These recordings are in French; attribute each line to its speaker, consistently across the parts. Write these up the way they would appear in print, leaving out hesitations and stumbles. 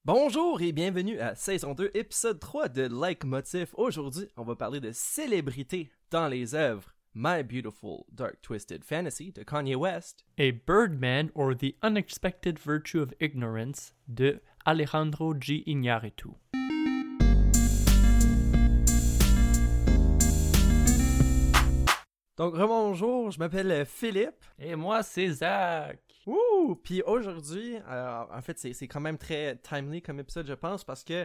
Speaker 1: Bonjour et bienvenue à saison 2, épisode 3 de Like Motif. Aujourd'hui, on va parler de célébrités dans les œuvres My Beautiful Dark Twisted Fantasy de Kanye West
Speaker 2: et Birdman or the Unexpected Virtue of Ignorance de Alejandro G. Iñárritu.
Speaker 1: Donc, bonjour, je m'appelle Philippe.
Speaker 2: Et moi, c'est Zach.
Speaker 1: Ouh! Puis aujourd'hui, en fait, c'est quand même très timely comme épisode, je pense, parce que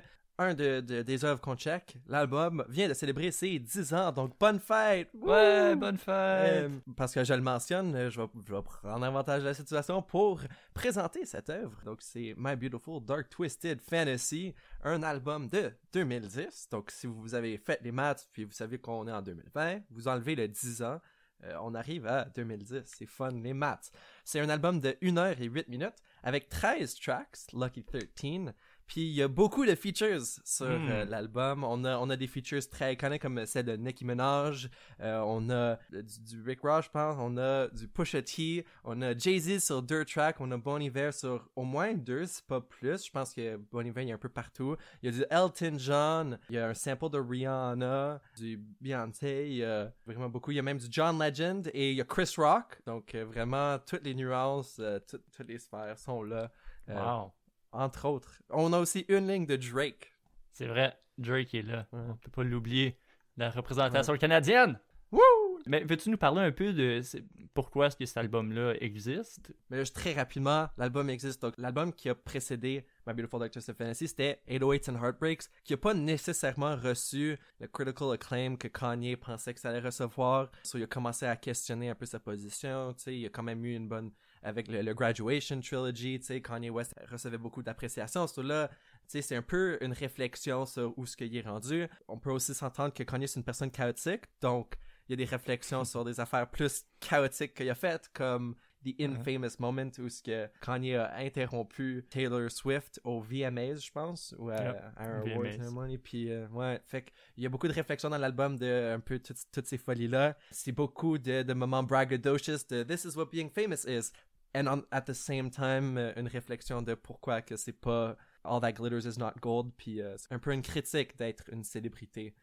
Speaker 1: des œuvres qu'on check, l'album vient de célébrer ses 10 ans, donc bonne fête! Wouh!
Speaker 2: Ouais, bonne fête!
Speaker 1: Parce que je le mentionne, je vais prendre avantage de la situation pour présenter cette œuvre. Donc c'est My Beautiful Dark Twisted Fantasy, un album de 2010. Donc si vous avez fait les maths, puis vous savez qu'on est en 2020, vous enlevez le 10 ans, on arrive à 2010. C'est fun, les maths. C'est un album de 1h08 avec 13 tracks, Lucky 13. Puis il y a beaucoup de features sur l'album. On a des features très iconiques comme celle de Nicki Minaj. On a du Rick Ross, je pense. On a du Pusha T. On a Jay-Z sur 2 tracks. On a Bon Iver sur au moins 2, c'est pas plus. Je pense que Bon Iver, il y a un peu partout. Il y a du Elton John. Il y a un sample de Rihanna. Du Beyoncé. Il y a vraiment beaucoup. Il y a même du John Legend. Et il y a Chris Rock. Donc vraiment, toutes les nuances, toutes les sphères sont là.
Speaker 2: Wow!
Speaker 1: Entre autres. On a aussi une ligne de Drake.
Speaker 2: C'est vrai, Drake est là. Ouais. On peut pas l'oublier. La représentation canadienne!
Speaker 1: Wouh!
Speaker 2: Mais veux-tu nous parler un peu de pourquoi est-ce que cet album-là existe?
Speaker 1: Mais là, très rapidement, l'album existe. Donc, l'album qui a précédé My Beautiful Dark Twisted Fantasy, c'était 808s and Heartbreaks, qui a pas nécessairement reçu le critical acclaim que Kanye pensait que ça allait recevoir. So, il a commencé à questionner un peu sa position. Tu sais, il a quand même eu une bonne... Avec le Graduation Trilogy, tu sais, Kanye West recevait beaucoup d'appréciation. So là, tu sais, c'est un peu une réflexion sur où ce qu'il est rendu. On peut aussi s'entendre que Kanye, c'est une personne chaotique. Donc, il y a des réflexions sur des affaires plus chaotiques qu'il a faites, comme The Infamous Moment où ce que Kanye a interrompu Taylor Swift au VMAs, je pense, ou à un award ceremony. Puis, ouais, fait qu'il y a beaucoup de réflexions dans l'album de un peu toutes ces folies-là. C'est beaucoup de moments braggadocious de This is what being famous is. And at the same time, une réflexion de pourquoi que c'est pas All That Glitters is Not Gold, puis c'est un peu une critique d'être une célébrité.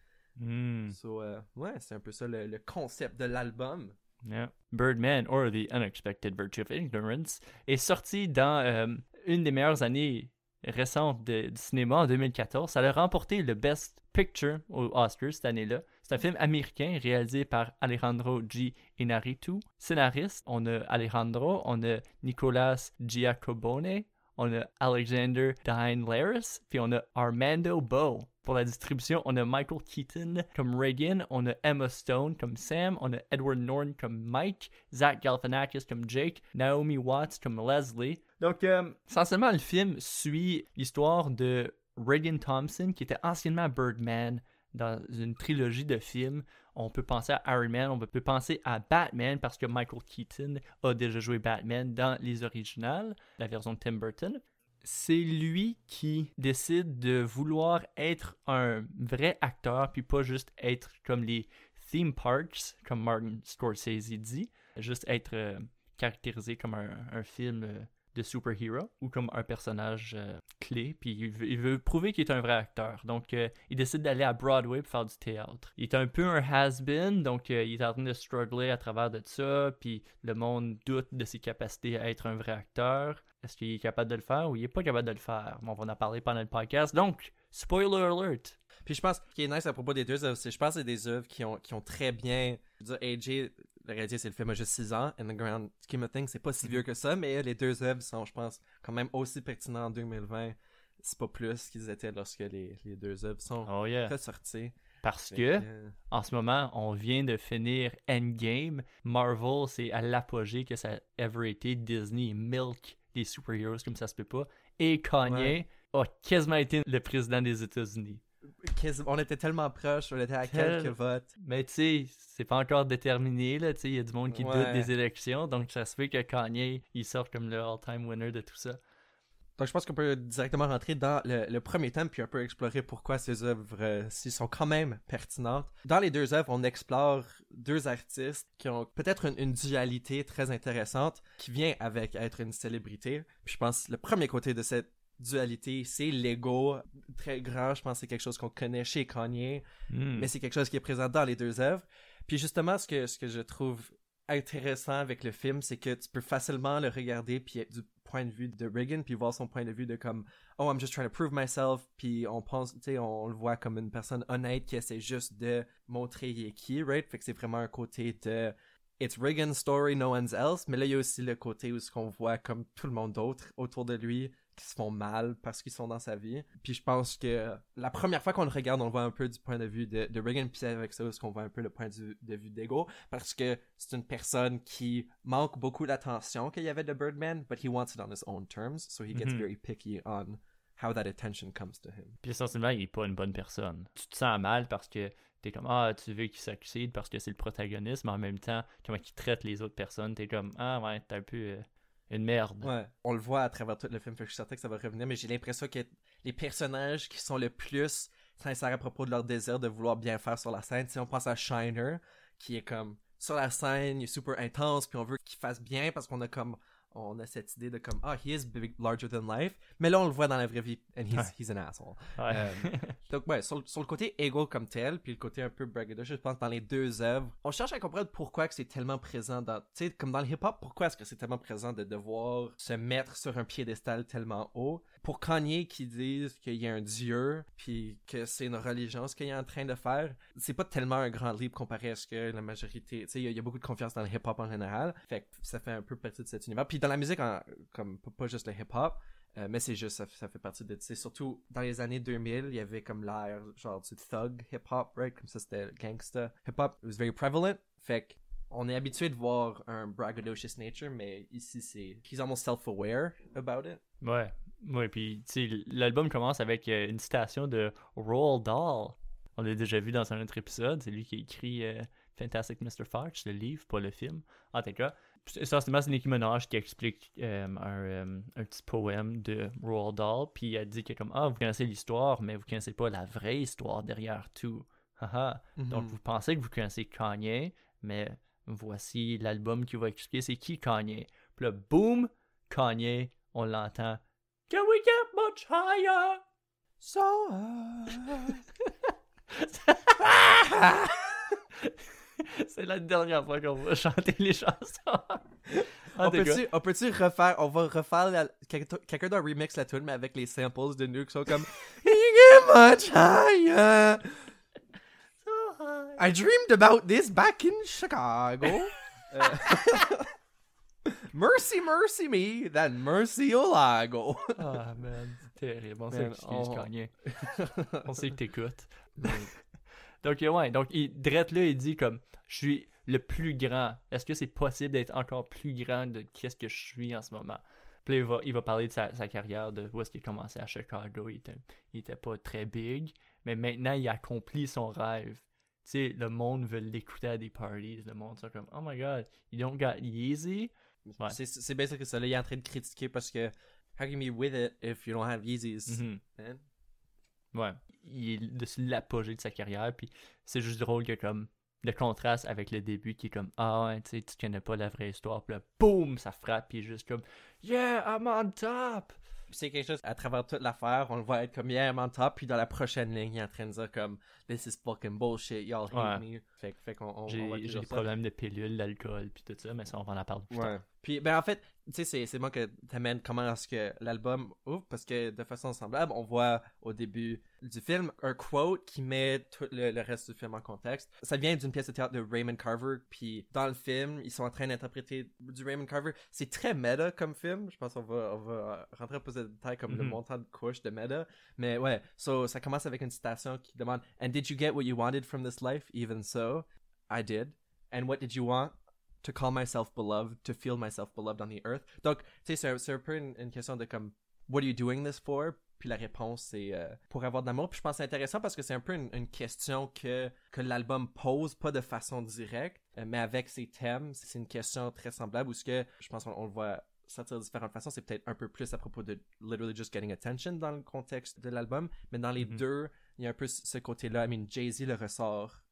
Speaker 1: So, ouais, c'est un peu ça le concept de l'album.
Speaker 2: Yeah. Birdman or the Unexpected Virtue of Ignorance est sorti dans une des meilleures années récentes du cinéma en 2014. Ça a remporté le Best Picture aux Oscars cette année-là. C'est un film américain réalisé par Alejandro G. Iñárritu. Scénariste, on a Alejandro, on a Nicolas Giacobone, on a Alexander Dine Laris, puis on a Armando Bow. Pour la distribution, on a Michael Keaton comme Reagan, on a Emma Stone comme Sam, on a Edward Norton comme Mike, Zach Galifianakis comme Jake, Naomi Watts comme Leslie. Donc, essentiellement, le film suit l'histoire de Reagan Thompson, qui était anciennement Birdman dans une trilogie de films. On peut penser à Iron Man, on peut penser à Batman, parce que Michael Keaton a déjà joué Batman dans les originales, la version de Tim Burton. C'est lui qui décide de vouloir être un vrai acteur, puis pas juste être comme les theme parks, comme Martin Scorsese dit, juste être caractérisé comme un film de super-héros ou comme un personnage clé, puis il veut prouver qu'il est un vrai acteur. Donc, il décide d'aller à Broadway pour faire du théâtre. Il est un peu un has-been, donc il est en train de struggler à travers de ça, puis le monde doute de ses capacités à être un vrai acteur. Est-ce qu'il est capable de le faire ou il est pas capable de le faire? Bon, on va en parler pendant le podcast. Donc, spoiler alert!
Speaker 1: Puis je pense ce qui est nice à propos des deux œuvres, c'est je pense que c'est des œuvres qui ont très bien... Je veux dire, AJ, la réalité, c'est le film a juste 6 ans. In the grand scheme of things, c'est pas si vieux que ça, mais les deux œuvres sont, je pense, quand même aussi pertinents en 2020. C'est pas plus qu'ils étaient lorsque les deux œuvres sont ressorties.
Speaker 2: Parce que, en ce moment, on vient de finir Endgame. Marvel, c'est à l'apogée que ça a ever été. Disney milk des super-héros comme ça se peut pas. Et Kanye a quasiment été le président des États-Unis.
Speaker 1: On était tellement proches, on était à quelques votes.
Speaker 2: Mais tu sais, c'est pas encore déterminé, là, tu sais, il y a du monde qui doute des élections, donc ça se fait que Kanye, il sort comme le all-time winner de tout ça.
Speaker 1: Donc je pense qu'on peut directement rentrer dans le premier thème, puis un peu explorer pourquoi ces œuvres-ci sont quand même pertinentes. Dans les deux œuvres, on explore deux artistes qui ont peut-être une dualité très intéressante, qui vient avec être une célébrité. Puis je pense que le premier côté de cette dualité, c'est l'ego très grand. Je pense que c'est quelque chose qu'on connaît chez Kanye, mais c'est quelque chose qui est présent dans les deux œuvres. Puis justement, ce que je trouve intéressant avec le film, c'est que tu peux facilement le regarder puis du point de vue de Reagan puis voir son point de vue de comme oh I'm just trying to prove myself, puis on pense, tu sais, on le voit comme une personne honnête qui essaie juste de montrer il est qui, right? Fait que c'est vraiment un côté de it's Reagan's story, no one's else, mais là il y a aussi le côté où ce qu'on voit comme tout le monde d'autre autour de lui qui se font mal parce qu'ils sont dans sa vie. Puis je pense que la première fois qu'on le regarde, on le voit un peu du point de vue de Reagan, puis c'est avec ça qu'on voit un peu le point de vue d'Ego, parce que c'est une personne qui manque beaucoup l'attention qu'il y avait de Birdman, but he wants it on his own terms, so he gets very picky on how that attention comes to him.
Speaker 2: Puis essentiellement, il est pas une bonne personne. Tu te sens mal parce que t'es comme ah tu veux qu'il succède parce que c'est le protagoniste, mais en même temps comment il traite les autres personnes, t'es comme ah ouais t'es un peu une merde.
Speaker 1: Ouais, on le voit à travers tout le film, fait que je suis certain que ça va revenir, mais j'ai l'impression que les personnages qui sont le plus sincères à propos de leur désir de vouloir bien faire sur la scène, si on pense à Shiner, qui est comme sur la scène, il est super intense, puis on veut qu'il fasse bien parce qu'on a comme on a cette idée de comme he is big, larger than life, mais là on le voit dans la vraie vie and he's an asshole.
Speaker 2: Ouais.
Speaker 1: Donc ouais, sur le côté ego comme tel, puis le côté un peu braggadocio, je pense dans les deux œuvres, on cherche à comprendre pourquoi que c'est tellement présent dans, tu sais, comme dans le hip-hop, pourquoi est-ce que c'est tellement présent de devoir se mettre sur un piédestal tellement haut. Pour Kanye qui disent qu'il y a un dieu, puis que c'est une religion ce qu'il est en train de faire, c'est pas tellement un grand leap comparé à ce que la majorité, tu sais, il y a beaucoup de confiance dans le hip-hop en général, fait que ça fait un peu partie de cet univers. Puis dans la musique, comme pas juste le hip-hop, mais c'est juste, ça fait partie de, tu sais, surtout dans les années 2000, il y avait comme l'air, genre, du thug hip-hop, right? Comme ça, c'était le gangsta hip-hop. It was very prevalent. Fait que, on est habitué de voir un braggadocious nature, mais ici, he's almost self-aware about it.
Speaker 2: Ouais, puis, tu sais, l'album commence avec une citation de Roald Dahl. On l'a déjà vu dans un autre épisode. C'est lui qui a écrit Fantastic Mr. Fox, le livre, pas le film. En tout cas, essentiellement, c'est Nicki Minaj qui explique un petit poème de Roald Dahl, puis elle dit que comme vous connaissez l'histoire, mais vous connaissez pas la vraie histoire derrière tout. Haha. Donc vous pensez que vous connaissez Kanye, mais voici l'album qui va expliquer c'est qui Kanye. Puis là, boum, Kanye, on l'entend. Can we get much higher?
Speaker 1: So high.
Speaker 2: C'est la dernière fois qu'on va chanter les chansons.
Speaker 1: On peut-tu refaire, on va refaire, quelqu'un doit remix la tune mais avec les samples de nous qui sont comme You get much higher.
Speaker 2: So high.
Speaker 1: I dreamed about this back in Chicago. Mercy, mercy me, that mercy Olago.
Speaker 2: Ah, man, c'est terrible. On sait que tu utilises Kanye. On sait que t'écoutes. Donc, ouais, Drette là, il dit comme, je suis le plus grand. Est-ce que c'est possible d'être encore plus grand de qu'est-ce que je suis en ce moment? Puis là, il va parler de sa carrière, de où est-ce qu'il a commencé à Chicago. Il était pas très big, mais maintenant, il accomplit son rêve. Tu sais, le monde veut l'écouter à des parties. Le monde, c'est comme, oh my god, you don't got Yeezy?
Speaker 1: Ouais. C'est bien ça que ça, là, il est en train de critiquer parce que how can you be with it if you don't have Yeezys?
Speaker 2: Mm-hmm. Ouais, il est dessus l'apogée de sa carrière, puis c'est juste drôle que comme le contraste avec le début qui est comme ah ouais, tu sais, tu connais pas la vraie histoire, puis là, boum, ça frappe, puis juste comme yeah, I'm on top!
Speaker 1: C'est quelque chose, à travers toute l'affaire, on le voit être comme yeah, I'm on top, puis dans la prochaine ligne, il est en train de dire comme this is fucking bullshit, y'all hate me. Fait qu'on
Speaker 2: j'ai des problèmes de pilules, d'alcool, puis tout ça, mais ça, on va en parler plus tard.
Speaker 1: Puis, ben en fait, tu sais, c'est moi que t'amènes comment est-ce que l'album ouvre, parce que de façon semblable, on voit au début du film un quote qui met tout le reste du film en contexte. Ça vient d'une pièce de théâtre de Raymond Carver, puis dans le film, ils sont en train d'interpréter du Raymond Carver. C'est très méta comme film, je pense qu'on va rentrer un peu de détails comme le montant de couche de méta, mais ouais, ça commence avec une citation qui demande « And did you get what you wanted from this life? Even so, I did. And what did you want? To call myself beloved, to feel myself beloved on the earth. » Donc, tu sais, c'est un peu une question de comme, what are you doing this for? Puis la réponse, c'est pour avoir de l'amour. Puis je pense que c'est intéressant parce que c'est un peu une question que l'album pose, pas de façon directe, mais avec ses thèmes. C'est une question très semblable où ce que, je pense qu'on le voit sortir de différentes façons. C'est peut-être un peu plus à propos de literally just getting attention dans le contexte de l'album. Mais dans les deux, il y a un peu ce côté-là. I mean, Jay-Z le ressort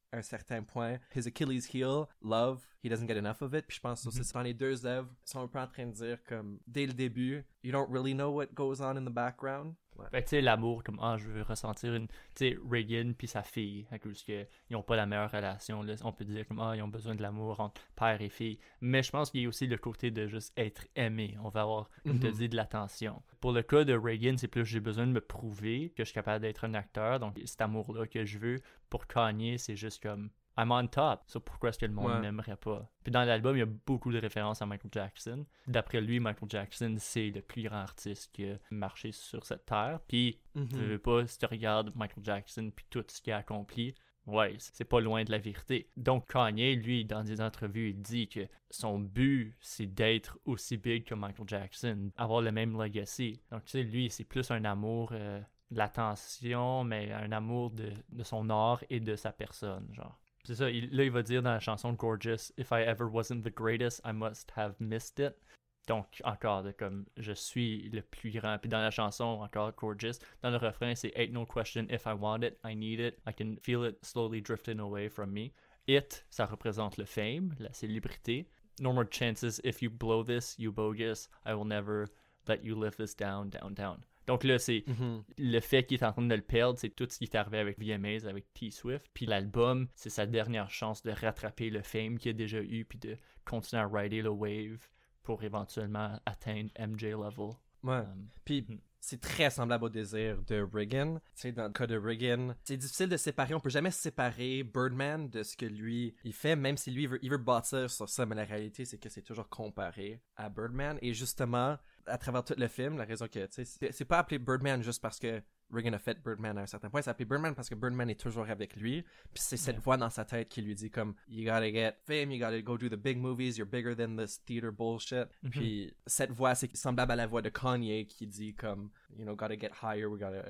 Speaker 1: un certain point. His Achilles heel, love, he doesn't get enough of it. Puis je pense aussi dans les deux œuvres, ils sont un peu en train de dire comme, dès le début, you don't really know what goes on in the background. Ouais.
Speaker 2: Fait que tu sais, l'amour, comme je veux ressentir une. Tu sais, Reagan puis sa fille, à cause qu'ils n'ont pas la meilleure relation, là, on peut dire comme ils ont besoin de l'amour entre père et fille. Mais je pense qu'il y a aussi le côté de juste être aimé. On va avoir, comme tu dis, de l'attention. Pour le cas de Reagan, c'est plus j'ai besoin de me prouver que je suis capable d'être un acteur. Donc, cet amour-là que je veux. Pour Kanye, c'est juste comme I'm on top. So pourquoi est-ce que le monde m'aimerait pas? Puis dans l'album, il y a beaucoup de références à Michael Jackson. D'après lui, Michael Jackson, c'est le plus grand artiste qui a marché sur cette terre. Puis, tu veux pas, si tu regardes Michael Jackson puis tout ce qu'il a accompli, ouais, c'est pas loin de la vérité. Donc Kanye, lui, dans des entrevues, il dit que son but, c'est d'être aussi big que Michael Jackson, avoir le même legacy. Donc tu sais, lui, c'est plus un amour de l'attention, mais un amour de son art et de sa personne, genre. C'est ça, il va dire dans la chanson Gorgeous, If I ever wasn't the greatest, I must have missed it. Donc, encore, comme je suis le plus grand. Puis dans la chanson, encore Gorgeous, dans le refrain, c'est Ain't no question if I want it, I need it, I can feel it slowly drifting away from me. It, ça représente le fame, la célébrité. No more chances if you blow this, you bogus, I will never let you live this down, down, down. Donc là, c'est le fait qu'il est en train de le perdre, c'est tout ce qui est arrivé avec VMAs, avec T-Swift. Puis l'album, c'est sa dernière chance de rattraper le fame qu'il a déjà eu, puis de continuer à rider le wave pour éventuellement atteindre MJ level.
Speaker 1: Ouais. Puis c'est très semblable au désir de Reagan. Tu sais, dans le cas de Reagan, c'est difficile de séparer. On peut jamais séparer Birdman de ce que lui il fait, même si lui il veut bâtir sur ça. Mais la réalité, c'est que c'est toujours comparé à Birdman. Et justement, à travers tout le film, la raison que, tu sais, c'est pas appelé Birdman juste parce que Reagan a fait Birdman à un certain point. C'est appelé Birdman parce que Birdman est toujours avec lui. Puis c'est cette voix dans sa tête qui lui dit comme You gotta get fame, you gotta go do the big movies, you're bigger than this theater bullshit. Puis cette voix, c'est semblable à la voix de Kanye qui dit comme You know, gotta get higher,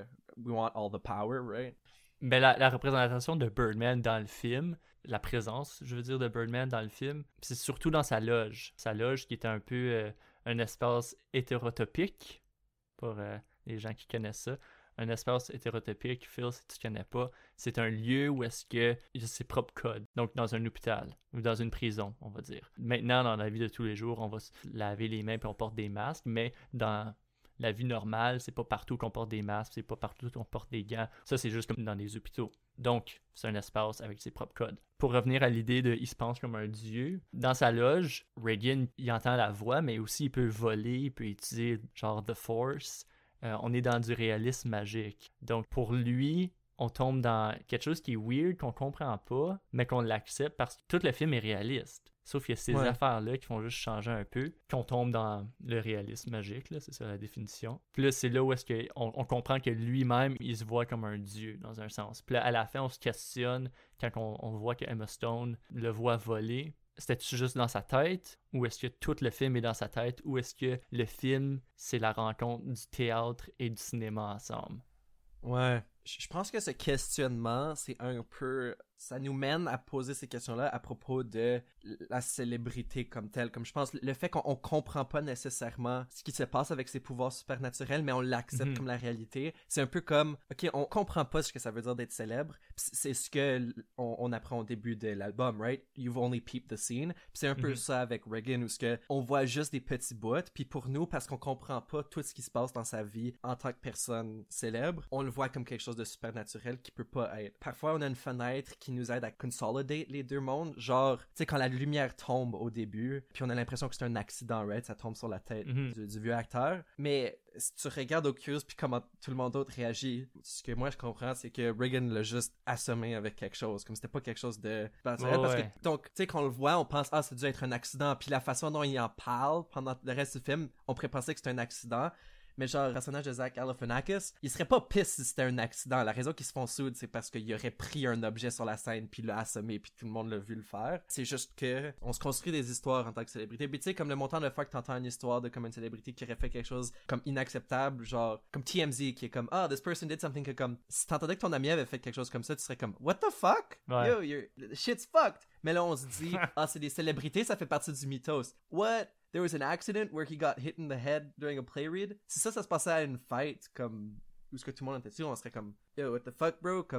Speaker 1: we want all the power, right?
Speaker 2: Mais la représentation de Birdman dans le film, la présence, je veux dire, de Birdman dans le film, c'est surtout dans sa loge. Sa loge qui était un peu un espace hétérotopique, pour les gens qui connaissent ça. Un espace hétérotopique, Phil, si tu connais pas, c'est un lieu où est-ce que il y a ses propres codes. Donc, dans un hôpital ou dans une prison, on va dire. Maintenant, dans la vie de tous les jours, on va se laver les mains puis on porte des masques, mais dans la vie normale, c'est pas partout qu'on porte des masques, c'est pas partout qu'on porte des gants. Ça, c'est juste comme dans les hôpitaux. Donc, c'est un espace avec ses propres codes. Pour revenir à l'idée de il se pense comme un dieu, dans sa loge, Reagan, il entend la voix, mais aussi il peut voler, il peut utiliser genre The Force. On est dans du réalisme magique. Donc, pour lui, on tombe dans quelque chose qui est weird, qu'on comprend pas, mais qu'on l'accepte parce que tout le film est réaliste. Sauf qu'il y a ces affaires-là qui font juste changer un peu, qu'on tombe dans le réalisme magique, là, c'est ça la définition. Puis là, c'est là où est-ce qu'on comprend que lui-même, il se voit comme un dieu, dans un sens. Puis là, à la fin, on se questionne quand on voit que Emma Stone le voit voler. C'était-tu juste dans sa tête? Ou est-ce que tout le film est dans sa tête? Ou est-ce que le film, c'est la rencontre du théâtre et du cinéma ensemble?
Speaker 1: Ouais. Je pense que ce questionnement, c'est un peu... Ça nous mène à poser ces questions-là à propos de la célébrité comme telle. Comme je pense, le fait qu'on comprend pas nécessairement ce qui se passe avec ses pouvoirs supernaturels, mais on l'accepte comme la réalité. C'est un peu comme, OK, on comprend pas ce que ça veut dire d'être célèbre. C'est ce que on apprend au début de l'album, right? You've only peeped the scene. Puis c'est un peu ça avec Reagan, où ce que on voit juste des petits bouts. Puis pour nous, parce qu'on comprend pas tout ce qui se passe dans sa vie en tant que personne célèbre, on le voit comme quelque chose de supernaturel qui peut pas être. Parfois, on a une fenêtre qui nous aide à consolidate les deux mondes. Genre, tu sais, quand la lumière tombe au début, puis on a l'impression que c'est un accident, right? Ça tombe sur la tête du vieux acteur. Mais si tu regardes Oculus puis comment tout le monde d'autre réagit, ce que moi je comprends, c'est que Reagan l'a juste assommé avec quelque chose. Comme c'était pas quelque chose de... parce que, donc, tu sais, quand on le voit, on pense, ça a dû être un accident. Puis la façon dont il en parle pendant le reste du film, on pourrait penser que c'est un accident. Mais genre, le personnage de Zach Galifianakis, il serait pas pisse si c'était un accident. La raison qu'ils se font soude, c'est parce qu'il aurait pris un objet sur la scène puis l'a assommé puis tout le monde l'a vu le faire. C'est juste que on se construit des histoires en tant que célébrité. Puis tu sais, comme le montant de fois que t'entends une histoire de comme une célébrité qui aurait fait quelque chose comme inacceptable, genre comme TMZ qui est comme this person did something que comme si t'entendais que ton ami avait fait quelque chose comme ça, tu serais comme what the fuck?
Speaker 2: Ouais.
Speaker 1: Yo, shit's fucked. Mais là on se dit c'est des célébrités, ça fait partie du mythos. What? There was an accident where he got hit in the head during a play read. Si ça se passait à une fight, comme, où est-ce que tout le monde était dessus, on serait comme, yo, what the fuck, bro? Comme,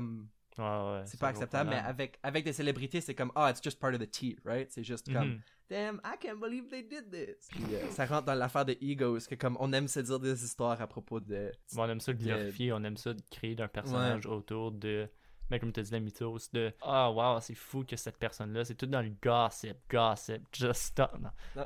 Speaker 2: Ouais,
Speaker 1: c'est
Speaker 2: ça
Speaker 1: pas
Speaker 2: vaut
Speaker 1: acceptable, mais
Speaker 2: la-
Speaker 1: avec des célébrités, c'est comme, it's just part of the tea, right? C'est juste comme,
Speaker 2: Mhm.
Speaker 1: damn, I can't believe they did this. Puis ça rentre dans l'affaire de egos, que comme on aime se dire des histoires à propos de...
Speaker 2: Bon, on aime ça glorifier, on aime ça de créer d'un personnage autour de. Mais comme tu as dit, la mythos, de ah, wow, c'est fou que cette personne-là, c'est tout dans le gossip, just stop. Non,
Speaker 1: Non.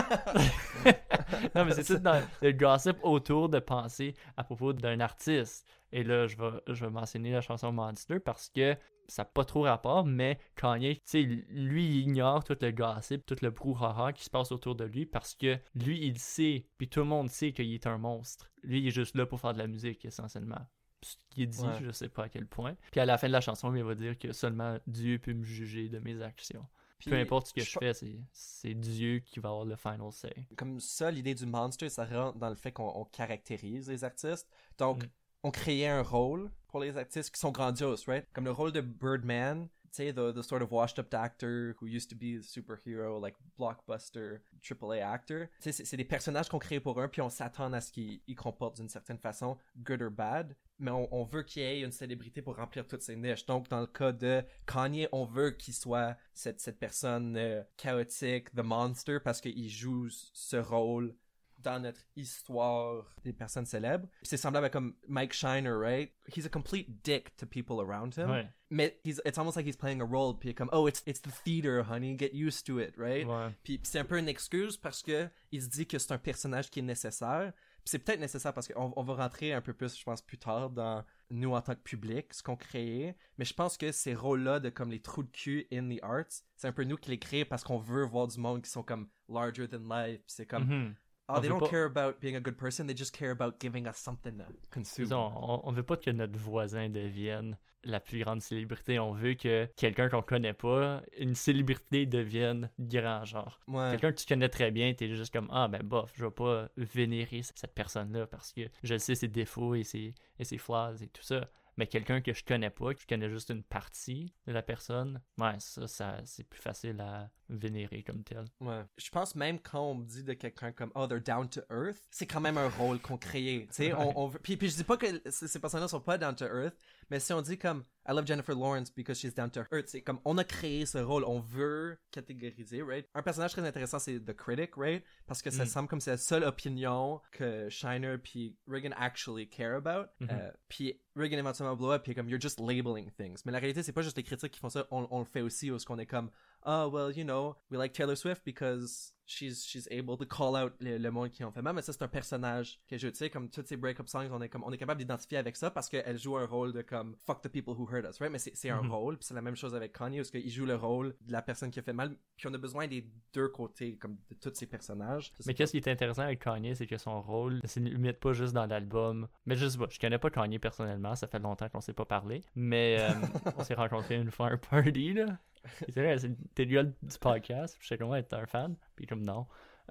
Speaker 2: non mais c'est tout dans le gossip autour de penser à propos d'un artiste. Et là, je vais mentionner la chanson Monster parce que ça n'a pas trop rapport, mais Kanye, tu sais, lui, il ignore tout le gossip, tout le brouhaha qui se passe autour de lui parce que lui, il sait, puis tout le monde sait qu'il est un monstre. Lui, il est juste là pour faire de la musique, essentiellement. Ce qui est dit, je sais pas à quel point. Puis à la fin de la chanson, il va dire que seulement Dieu peut me juger de mes actions.
Speaker 1: Puis,
Speaker 2: peu importe ce que je fais, c'est Dieu qui va avoir le final say.
Speaker 1: Comme ça, l'idée du monster, ça rentre dans le fait qu'on caractérise les artistes. Donc, on créait un rôle pour les artistes qui sont grandioses, right? Comme le rôle de Birdman, tu sais, the sort of washed up actor who used to be a superhero, like blockbuster, AAA actor. Tu sais, c'est des personnages qu'on crée pour eux, puis on s'attend à ce qu'ils comportent d'une certaine façon, good or bad. Mais on veut qu'il y ait une célébrité pour remplir toutes ces niches. Donc, dans le cas de Kanye, on veut qu'il soit cette personne chaotique, the monster, parce qu'il joue ce rôle dans notre histoire des personnes célèbres. Puis c'est semblable à comme Mike Shiner, right? He's a complete dick to people around him.
Speaker 2: Ouais.
Speaker 1: Mais it's almost like he's playing a role. Puis comme, it's the theater, honey, get used to it, right?
Speaker 2: Ouais.
Speaker 1: Puis c'est un peu une excuse parce que il se dit que c'est un personnage qui est nécessaire. Puis c'est peut-être nécessaire parce qu'on va rentrer un peu plus, je pense, plus tard dans nous en tant que public, ce qu'on crée. Mais je pense que ces rôles-là de comme les trous de cul in the arts, c'est un peu nous qui les créons parce qu'on veut voir du monde qui sont comme larger than life. Puis c'est comme... they don't care about being a good person, they just care about giving us something to consume.
Speaker 2: On veut pas que notre voisin devienne la plus grande célébrité. On veut que quelqu'un qu'on connaît pas, une célébrité devienne grand, genre.
Speaker 1: Ouais.
Speaker 2: Quelqu'un que tu connais très bien, t'es juste comme, ah ben bof, je vais pas vénérer cette personne-là parce que je sais ses défauts et ses flaws et tout ça. Mais quelqu'un que je connais pas, que je connais juste une partie de la personne, ouais, ça c'est plus facile à vénérer comme tel.
Speaker 1: Ouais. Je pense même quand on me dit de quelqu'un comme they're down to earth, c'est quand même un rôle qu'on crée. Tu sais, on veut... puis je dis pas que ces personnes-là sont pas down to earth, mais si on dit comme I love Jennifer Lawrence because she's down to earth, c'est comme on a créé ce rôle, on veut catégoriser, right? Un personnage très intéressant, c'est The Critic, right? Parce que ça semble comme c'est la seule opinion que Shiner puis Reagan actually care about. Puis Reagan éventuellement blow up, puis comme you're just labeling things. Mais la réalité, c'est pas juste les critiques qui font ça, on le fait aussi, où ce qu'on est comme well, you know, we like Taylor Swift because she's able to call out le monde qui en fait mal, mais ça c'est un personnage que je, tu sais, comme toutes ces break-up songs, on est capable d'identifier avec ça parce qu'elle joue un rôle de comme fuck the people who hurt us, right? Mais c'est un rôle, puis c'est la même chose avec Kanye, parce qu'il joue le rôle de la personne qui a fait mal, puis on a besoin des deux côtés, comme de tous ces personnages.
Speaker 2: Mais qu'est-ce qui est intéressant avec Kanye, c'est que son rôle ne se limite pas juste dans l'album. Mais je sais pas, je connais pas Kanye personnellement, ça fait longtemps qu'on s'est pas parlé, mais on s'est rencontrés une fois à un party, là. C'est vrai, t'es le gars du podcast, je sais comment être un fan, puis comme non.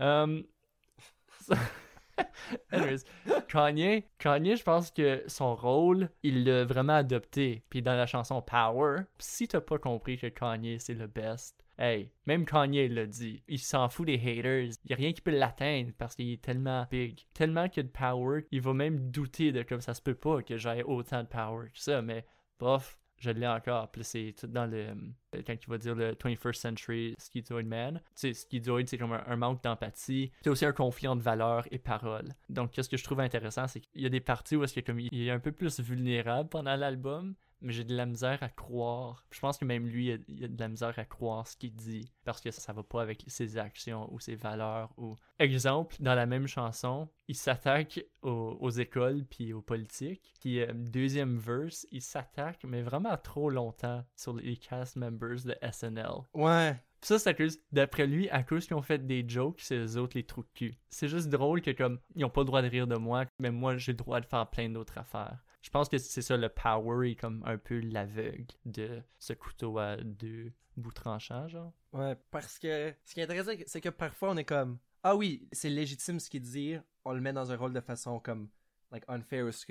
Speaker 2: Anyways, Kanye, je pense que son rôle, il l'a vraiment adopté. Puis dans la chanson Power, si t'as pas compris que Kanye c'est le best, hey, même Kanye l'a dit, il s'en fout des haters, il y a rien qui peut l'atteindre parce qu'il est tellement big, tellement que de power, il va même douter de comme ça se peut pas que j'aie autant de power que ça, mais bof. Je l'ai encore. Puis c'est tout dans le... Quand il va dire le 21st Century Schizoid Man. Tu sais, Schizoid, c'est comme un manque d'empathie. C'est aussi un conflit entre valeurs et paroles. Donc, ce que je trouve intéressant, c'est qu'il y a des parties où est-ce que comme il est un peu plus vulnérable pendant l'album, mais j'ai de la misère à croire. Je pense que même lui, il a de la misère à croire ce qu'il dit parce que ça va pas avec ses actions ou ses valeurs. Ou exemple, dans la même chanson, il s'attaque aux écoles puis aux politiques. Puis deuxième verse, il s'attaque, mais vraiment trop longtemps sur les cast members de SNL.
Speaker 1: Ouais.
Speaker 2: Puis ça, c'est à cause, d'après lui, à cause qu'ils ont fait des jokes, c'est eux autres les trous de cul. C'est juste drôle que comme ils ont pas le droit de rire de moi, mais moi j'ai le droit de faire plein d'autres affaires. Je pense que c'est ça, le power est comme un peu l'aveugle de ce couteau à deux bouts tranchants, genre.
Speaker 1: Ouais, parce que ce qui est intéressant, c'est que parfois on est comme oui, c'est légitime ce qu'il dit, on le met dans un rôle de façon comme like unfair, parce que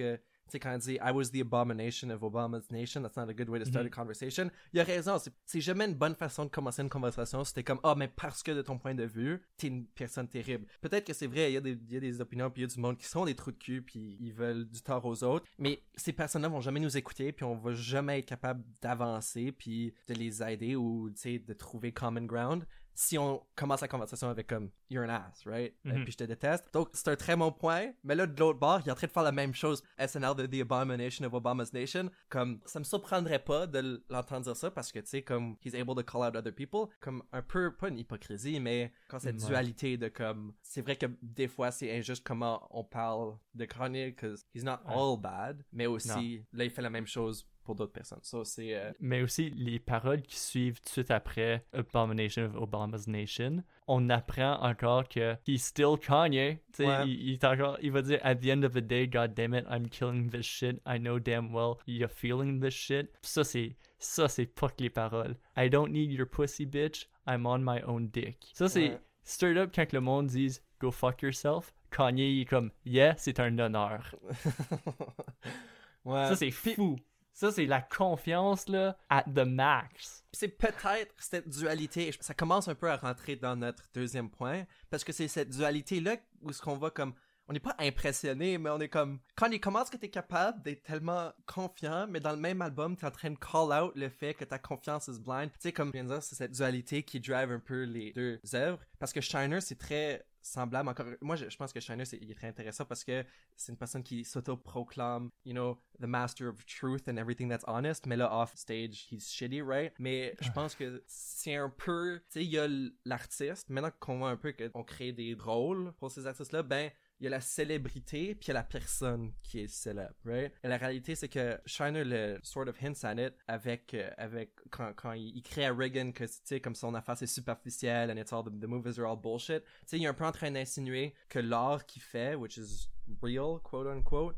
Speaker 1: tu sais, quand il dit I was the abomination of Obama's nation, that's not a good way to start a conversation, il a raison, c'est jamais une bonne façon de commencer une conversation, c'était comme mais parce que de ton point de vue, t'es une personne terrible. Peut-être que c'est vrai, il y a des opinions, puis il y a du monde qui sont des trous de cul, puis ils veulent du tort aux autres, mais ces personnes-là vont jamais nous écouter, puis on va jamais être capable d'avancer, puis de les aider, ou tu sais, de trouver common ground, si on commence la conversation avec comme you're an ass, right? Et puis je te déteste. Donc c'est un très bon point. Mais là, de l'autre bord, il est en train de faire la même chose. SNL de The Abomination of Obama's Nation. Comme ça me surprendrait pas de l'entendre dire ça parce que tu sais, comme he's able to call out other people. Comme un peu, pas une hypocrisie, mais quand cette dualité de comme. C'est vrai que des fois c'est injuste comment on parle de Kanye, because he's not all bad. Mais aussi, là, il fait la même chose pour d'autres personnes. So, c'est,
Speaker 2: Mais aussi, les paroles qui suivent tout de suite après Abomination of Obama's Nation, on apprend encore que he's still Kanye.
Speaker 1: Ouais.
Speaker 2: Il va dire, at the end of the day, God damn it, I'm killing this shit. I know damn well you're feeling this shit. Ça, c'est pas que les paroles. I don't need your pussy, bitch. I'm on my own dick. Ça, c'est straight up quand le monde dit go fuck yourself. Kanye, il est comme, yeah, c'est un honneur.
Speaker 1: Ouais.
Speaker 2: Ça, c'est fou. Ça, c'est la confiance, là, at the max.
Speaker 1: C'est peut-être cette dualité, ça commence un peu à rentrer dans notre deuxième point, parce que c'est cette dualité-là où ce qu'on va comme, on n'est pas impressionné, mais on est comme, quand il commence que t'es capable d'être tellement confiant, mais dans le même album, t'es en train de call out le fait que ta confiance is blind. Tu sais, comme je viens de dire, c'est cette dualité qui drive un peu les deux œuvres, parce que Shiner, c'est très semblable encore. Moi, je pense que Shiner, il est très intéressant parce que c'est une personne qui s'auto-proclame, you know, the master of truth and everything that's honest, mais là, off stage, he's shitty, right? Mais je pense que c'est un peu, tu sais, il y a l'artiste, maintenant qu'on voit un peu qu'on crée des rôles pour ces artistes-là, ben, il y a la célébrité, puis il y a la personne qui est célèbre, right? Et la réalité, c'est que Shiner le sort of hints at it avec quand il crée à Reagan que, tu sais, comme son affaire, c'est superficiel, and it's all, the movies are all bullshit. Tu sais, il est un peu en train d'insinuer que l'art qu'il fait, which is real, quote unquote,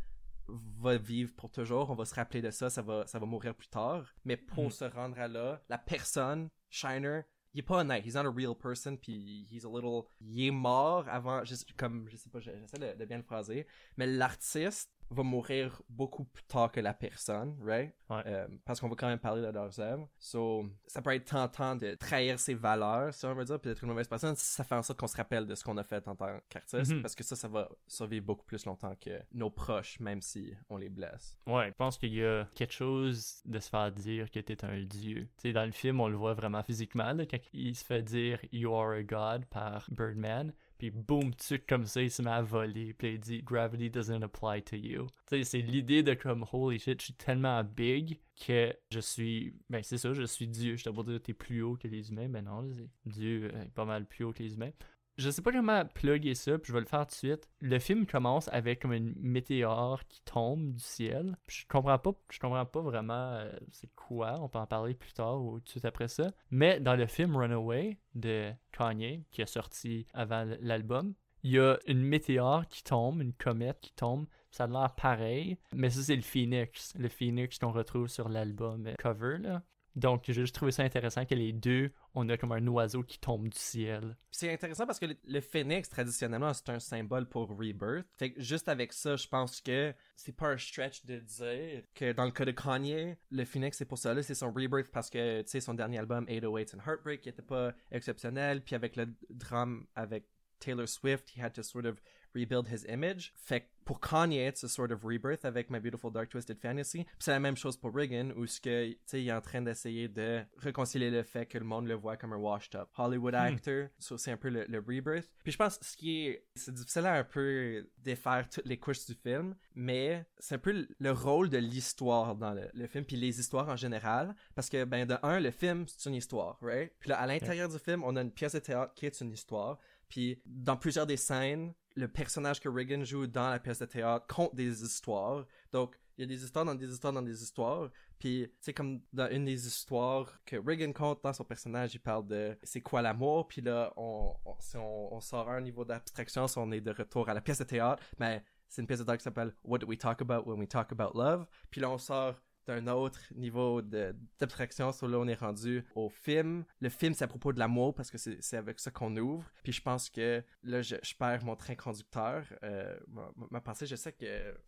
Speaker 1: va vivre pour toujours, on va se rappeler de ça, ça va mourir plus tard. Mais pour se rendre à là, la personne, Shiner, il est pas honnête, he's not a real person, puis he's a little, il est mort avant, je sais pas, j'essaie de bien le phraser, mais l'artiste va mourir beaucoup plus tard que la personne, right?
Speaker 2: Ouais.
Speaker 1: Parce qu'on va quand même parler de leurs œuvres. So, ça peut être tentant de trahir ses valeurs, si on veut dire, puis d'être une mauvaise personne, ça fait en sorte qu'on se rappelle de ce qu'on a fait en tant qu'artiste, parce que ça va survivre beaucoup plus longtemps que nos proches, même si on les blesse.
Speaker 2: Ouais, je pense qu'il y a quelque chose de se faire dire que t'es un dieu. Tu sais, dans le film, on le voit vraiment physiquement, là, quand il se fait dire « You are a god » par Birdman. Puis boum, tu comme ça, il se met à voler. Puis il dit Gravity doesn't apply to you. Tu sais, c'est l'idée de comme holy shit, je suis tellement big que je suis. Ben c'est ça, je suis Dieu. Je t'ai pas dire t'es plus haut que les humains. Ben non, Dieu est pas mal plus haut que les humains. Je sais pas comment plugger ça, puis je vais le faire tout de suite. Le film commence avec comme une météore qui tombe du ciel. Puis je comprends pas vraiment c'est quoi. On peut en parler plus tard ou tout de suite après ça. Mais dans le film Runaway de Kanye, qui est sorti avant l'album, il y a une météore qui tombe, une comète qui tombe. Ça a l'air pareil, mais ça c'est le Phoenix. Le Phoenix qu'on retrouve sur l'album cover, là. Donc, j'ai juste trouvé ça intéressant que les deux, on a comme un oiseau qui tombe du ciel.
Speaker 1: C'est intéressant parce que le phénix, traditionnellement, c'est un symbole pour rebirth. Fait que juste avec ça, je pense que c'est pas un stretch de dire que dans le cas de Kanye, le phénix, c'est pour ça. Là, c'est son rebirth parce que, tu sais, son dernier album, 808 and Heartbreak, qui était pas exceptionnel. Puis avec le drame avec Taylor Swift, he had to sort of rebuild his image. Fait que pour Kanye, it's a sort of rebirth avec My Beautiful Dark Twisted Fantasy. Puis c'est la même chose pour Reagan, où ce que, tu sais, il est en train d'essayer de réconcilier le fait que le monde le voit comme un washed up Hollywood actor. So, c'est un peu le rebirth. Puis je pense c'est difficile à un peu défaire toutes les couches du film, mais c'est un peu le rôle de l'histoire dans le film, puis les histoires en général, parce que, ben, de un, le film, c'est une histoire, right? Puis là, à l'intérieur du film, on a une pièce de théâtre qui est une histoire. Puis dans plusieurs des scènes, le personnage que Reagan joue dans la pièce de théâtre compte des histoires. Donc, il y a des histoires dans des histoires dans des histoires. Puis, tu sais, comme dans une des histoires que Reagan compte dans son personnage, il parle de c'est quoi l'amour. Puis là, si on sort un niveau d'abstraction, si on est de retour à la pièce de théâtre, mais c'est une pièce de théâtre qui s'appelle What Do We Talk About When We Talk About Love. Puis là, on sort d'un autre niveau d'abstraction. So là, on est rendu au film. Le film, c'est à propos de l'amour parce que c'est avec ça qu'on ouvre. Puis je pense que là, je perds mon train conducteur. Ma pensée, je sais que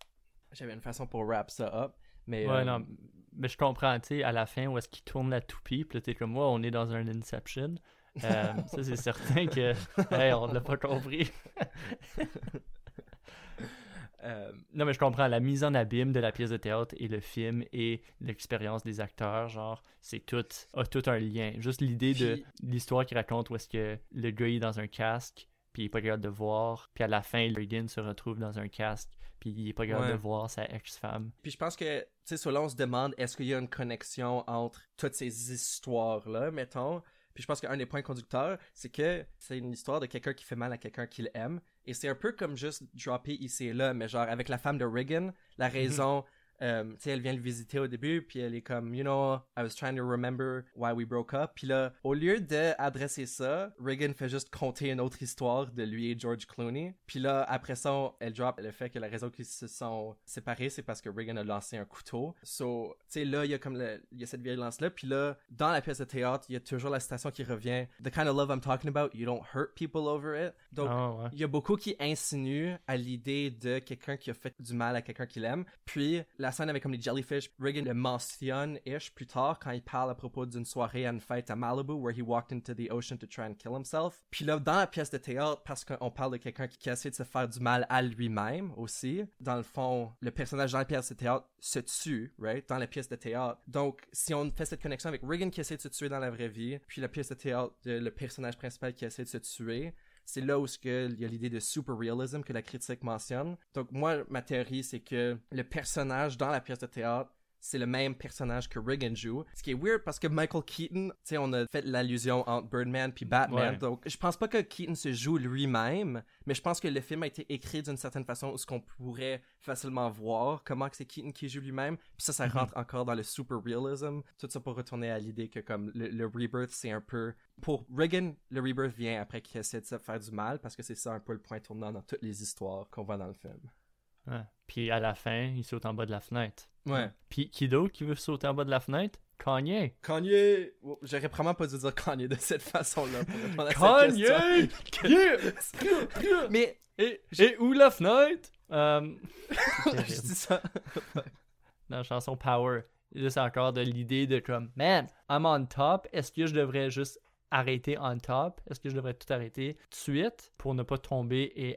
Speaker 1: J'avais une façon pour wrap ça up, mais...
Speaker 2: Ouais, non, mais je comprends, tu sais, à la fin, où est-ce qu'il tourne la toupie, puis là, t'es comme moi, on est dans un Inception. Ça, c'est certain que, hey, on l'a pas compris. Non, mais je comprends, la mise en abîme de la pièce de théâtre et le film et l'expérience des acteurs, genre, a tout un lien. Juste l'idée de l'histoire qu'il raconte où est-ce que le gars est dans un casque, puis il est pas capable de voir, puis à la fin, Regan se retrouve dans un casque, puis il est pas capable de voir sa ex-femme.
Speaker 1: Puis je pense que, tu sais, sur là, on se demande, est-ce qu'il y a une connexion entre toutes ces histoires-là, mettons. Puis je pense qu'un des points conducteurs, c'est que c'est une histoire de quelqu'un qui fait mal à quelqu'un qu'il aime. Et c'est un peu comme juste dropper ici et là, mais genre avec la femme de Regan, la raison... tu sais, elle vient le visiter au début, puis elle est comme, you know, I was trying to remember why we broke up. Puis là, au lieu d'adresser ça, Regan fait juste conter une autre histoire de lui et George Clooney. Puis là, après ça, elle drop le fait que la raison qu'ils se sont séparés, c'est parce que Regan a lancé un couteau. So, tu sais, là, il y a comme il y a cette violence-là. Puis là, dans la pièce de théâtre, il y a toujours la citation qui revient, The kind of love I'm talking about, you don't hurt people over it. Donc, il y a beaucoup qui insinuent à l'idée de quelqu'un qui a fait du mal à quelqu'un qu'il aime. Puis, la scène avec comme les jellyfish, Regan le mentionne-ish plus tard quand il parle à propos d'une soirée à une fête à Malibu where he walked into the ocean to try and kill himself. Puis là, dans la pièce de théâtre, parce qu'on parle de quelqu'un qui a essayé de se faire du mal à lui-même aussi, dans le fond, le personnage dans la pièce de théâtre se tue, right, dans la pièce de théâtre. Donc, si on fait cette connexion avec Regan qui essaie de se tuer dans la vraie vie, puis la pièce de théâtre de le personnage principal qui essaie de se tuer, c'est là où il y a l'idée de super realism que la critique mentionne. Donc moi, ma théorie, c'est que le personnage dans la pièce de théâtre, c'est le même personnage que Regan joue. Ce qui est weird parce que Michael Keaton, tu sais, on a fait l'allusion entre Birdman puis Batman. Ouais. Donc je pense pas que Keaton se joue lui-même, mais je pense que le film a été écrit d'une certaine façon où ce qu'on pourrait facilement voir comment que c'est Keaton qui joue lui-même. Puis ça rentre encore dans le super realism. Tout ça pour retourner à l'idée que comme le rebirth, c'est un peu... Pour Regan, le rebirth vient après qu'il essaie de se faire du mal parce que c'est ça un peu le point tournant dans toutes les histoires qu'on voit dans le film.
Speaker 2: Ouais. Puis à la fin, il saute en bas de la fenêtre.
Speaker 1: Ouais.
Speaker 2: Puis qui d'autre qui veut sauter en bas de la fenêtre? Kanye!
Speaker 1: Oh, j'aurais probablement pas dû dire Kanye de cette façon-là pour répondre à cette question.
Speaker 2: Yeah! Mais, et où la fenêtre?
Speaker 1: Je dis ça.
Speaker 2: Dans la chanson Power, là, c'est encore de l'idée de comme, man, I'm on top, est-ce que je devrais juste arrêter on top? Est-ce que je devrais tout arrêter tout de suite pour ne pas tomber et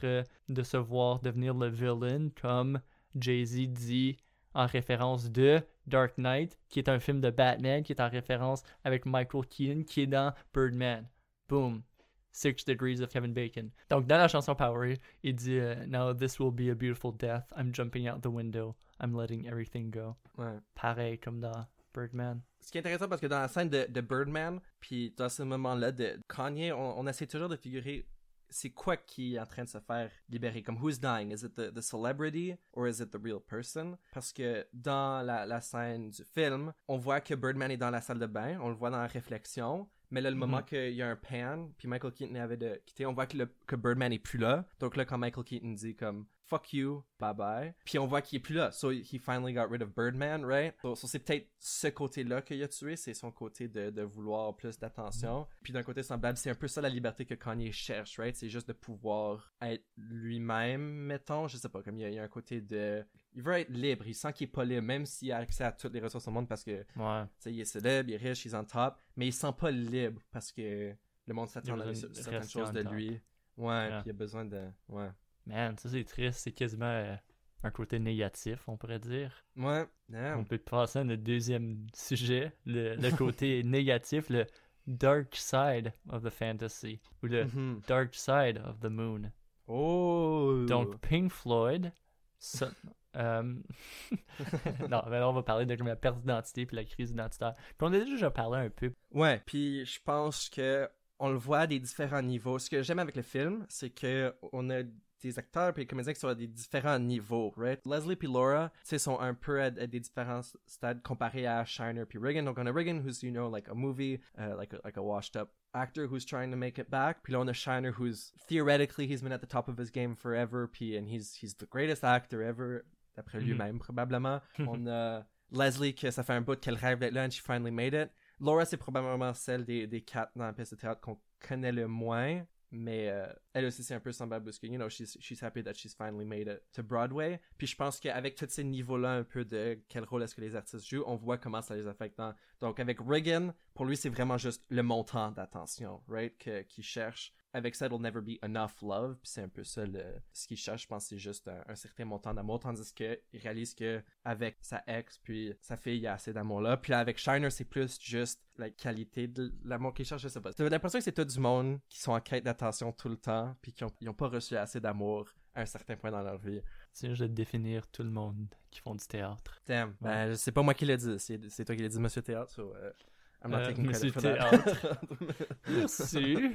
Speaker 2: devenir le villain comme Jay-Z dit en référence de Dark Knight, qui est un film de Batman, qui est en référence avec Michael Keaton, qui est dans Birdman. Boom. 6 Degrees of Kevin Bacon. Donc, dans la chanson Power, il dit Now this will be a beautiful death. I'm jumping out the window. I'm letting everything go.
Speaker 1: Ouais.
Speaker 2: Pareil comme dans Birdman.
Speaker 1: Ce qui est intéressant parce que dans la scène de Birdman, puis dans ce moment-là de Kanye, on essaie toujours de figurer c'est quoi qui est en train de se faire libérer, comme who's dying, is it the celebrity or is it the real person? Parce que dans la scène du film, on voit que Birdman est dans la salle de bain, on le voit dans la réflexion, mais là le moment qu'il y a un pan, puis Michael Keaton avait de quitter, on voit que Birdman est plus là. Donc là quand Michael Keaton dit comme fuck you, bye bye. Puis on voit qu'il est plus là. So he finally got rid of Birdman, right? So c'est peut-être ce côté-là qu'il a tué, c'est son côté de vouloir plus d'attention. Puis d'un côté semblable, c'est un peu ça la liberté que Kanye cherche, right? C'est juste de pouvoir être lui-même, mettons. Je sais pas, comme il y a un côté de... Il veut être libre, il sent qu'il est pas libre, même s'il a accès à toutes les ressources au monde parce que, tu sais, il est célèbre, il est riche, il est en top, mais il se sent pas libre parce que le monde s'attend à certaines choses de lui. Ouais, puis il a besoin de... Ouais.
Speaker 2: Man, ça c'est triste, c'est quasiment un côté négatif, on pourrait dire.
Speaker 1: Ouais, damn.
Speaker 2: On peut passer à notre deuxième sujet, le côté négatif, le dark side of the fantasy, ou le dark side of the moon.
Speaker 1: Oh!
Speaker 2: Donc, Pink Floyd, non, mais là, on va parler de la perte d'identité puis la crise identitaire, qu'on a déjà parlé un peu.
Speaker 1: Ouais, puis je pense que on le voit à des différents niveaux. Ce que j'aime avec le film, c'est que on a des acteurs et des comédiens qui sont à des différents niveaux, right? Leslie et Laura, tu sais, sont un peu à des différents stades comparés à Shiner et Regan. Donc, on a Regan, who's, you know, like a movie, like a washed up actor who's trying to make it back. Puis là, on a Shiner, who's, theoretically, he's been at the top of his game forever, puis and he's the greatest actor ever, d'après lui-même, probablement. On a Leslie, que ça fait un bout qu'elle rêve d'être là, and she finally made it. Laura, c'est probablement celle des quatre dans la pièce de théâtre qu'on connaît le moins. mais elle aussi c'est un peu semblable parce que she's happy that she's finally made it to Broadway. Puis je pense qu'avec tous ces niveaux-là un peu de quel rôle est-ce que les artistes jouent, on voit comment ça les affecte. Donc avec Regan, pour lui c'est vraiment juste le montant d'attention, right, qu'il cherche. Avec ça, it'll never be enough love, puis c'est un peu ça ce qu'il cherche, je pense, c'est juste un certain montant d'amour, tandis qu'il réalise que avec sa ex, puis sa fille, il y a assez d'amour là, puis là, avec Shiner, c'est plus juste la qualité de l'amour qu'il cherche, je sais pas. T'as l'impression que c'est tout du monde qui sont en quête d'attention tout le temps, puis qui ont pas reçu assez d'amour à un certain point dans leur vie.
Speaker 2: C'est juste de définir tout le monde qui font du théâtre.
Speaker 1: Damn, ben, c'est pas moi qui l'ai dit, c'est toi qui l'as dit, Monsieur Théâtre, so, I'm not taking
Speaker 2: Monsieur
Speaker 1: credit for that.
Speaker 2: Théâtre. Merci.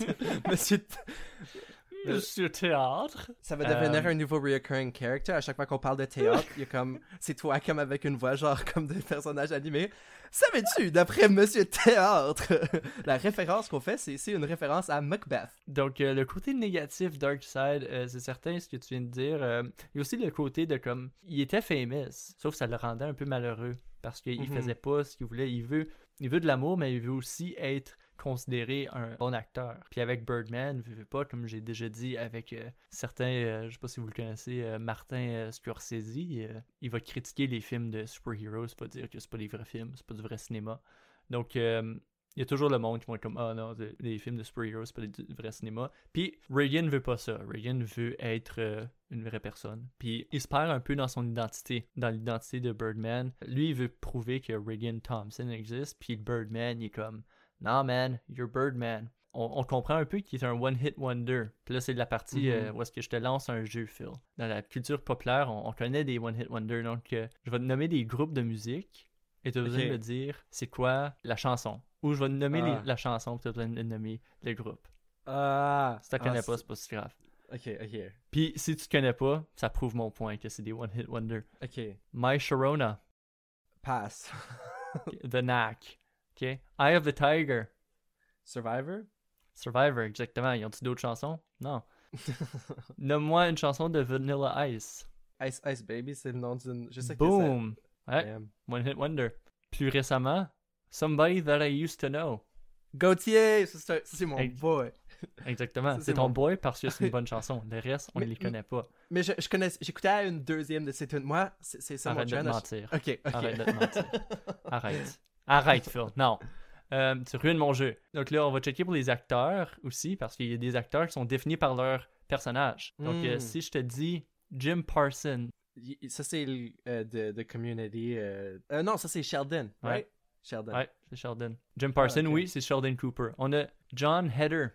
Speaker 1: Monsieur
Speaker 2: Monsieur Théâtre.
Speaker 1: Ça va devenir un nouveau recurring character. À chaque fois qu'on parle de théâtre, il y a comme... C'est toi comme avec une voix genre comme des personnages animés. Savais-tu, d'après Monsieur Théâtre? La référence qu'on fait, c'est ici une référence à Macbeth.
Speaker 2: Donc, le côté négatif Darkseid, c'est certain ce que tu viens de dire. Il y a aussi le côté de comme... Il était famous, sauf que ça le rendait un peu malheureux. Parce qu'il faisait pas ce qu'il voulait. Il veut de l'amour, mais il veut aussi être considéré un bon acteur. Puis avec Birdman, il veut pas, comme j'ai déjà dit, avec certains, je sais pas si vous le connaissez, Martin Scorsese, il va critiquer les films de super-héros, c'est pas dire que c'est pas des vrais films, c'est pas du vrai cinéma. Donc, il y a toujours le monde qui vont être comme « Ah non, les films de super-héros, c'est pas du vrai cinéma. » Puis Reagan veut pas ça. Reagan veut être une vraie personne. Puis il se perd un peu dans son identité, dans l'identité de Birdman. Lui, il veut prouver que Reagan Thompson existe, puis Birdman, il est comme « Non, man, you're Birdman. » On comprend un peu qu'il est un one-hit wonder. Puis là, c'est la partie où est-ce que je te lance un jeu, Phil. Dans la culture populaire, on connaît des one-hit wonders. Donc, je vais te nommer des groupes de musique et tu as besoin de me dire c'est quoi la chanson. Ou je vais te nommer la chanson et tu as besoin de nommer le groupe. Si tu connais pas, c'est pas si grave.
Speaker 1: Ok.
Speaker 2: Puis si tu connais pas, ça prouve mon point que c'est des one-hit wonder.
Speaker 1: Ok.
Speaker 2: My Sharona.
Speaker 1: Pass.
Speaker 2: The Knack. Ok. Eye of the Tiger. Survivor, exactement. Ils ont-ils d'autres chansons? Non. Nomme-moi une chanson de Vanilla Ice.
Speaker 1: Ice Baby, c'est le nom d'une... Je sais que
Speaker 2: Boom! Ouais. One Hit Wonder. Plus récemment, Somebody That I Used to Know.
Speaker 1: Gauthier! C'est mon boy.
Speaker 2: Exactement. C'est ton boy parce que c'est une bonne chanson. Le reste, on ne les connaît pas.
Speaker 1: Mais j'écoutais une deuxième de ces tunes. Moi, c'est ça mon challenge.
Speaker 2: Arrête de te mentir.
Speaker 1: Ok.
Speaker 2: Arrête de te mentir. Arrête, Phil. Non. Tu ruines mon jeu. Donc là, on va checker pour les acteurs aussi, parce qu'il y a des acteurs qui sont définis par leur personnage. Donc, si je te dis Jim Parsons.
Speaker 1: Ça, c'est de Community. Non, ça, c'est Sheldon, right? Sheldon.
Speaker 2: Ouais, c'est Sheldon. Jim Parsons, okay. Oui, c'est Sheldon Cooper. On a John Heder.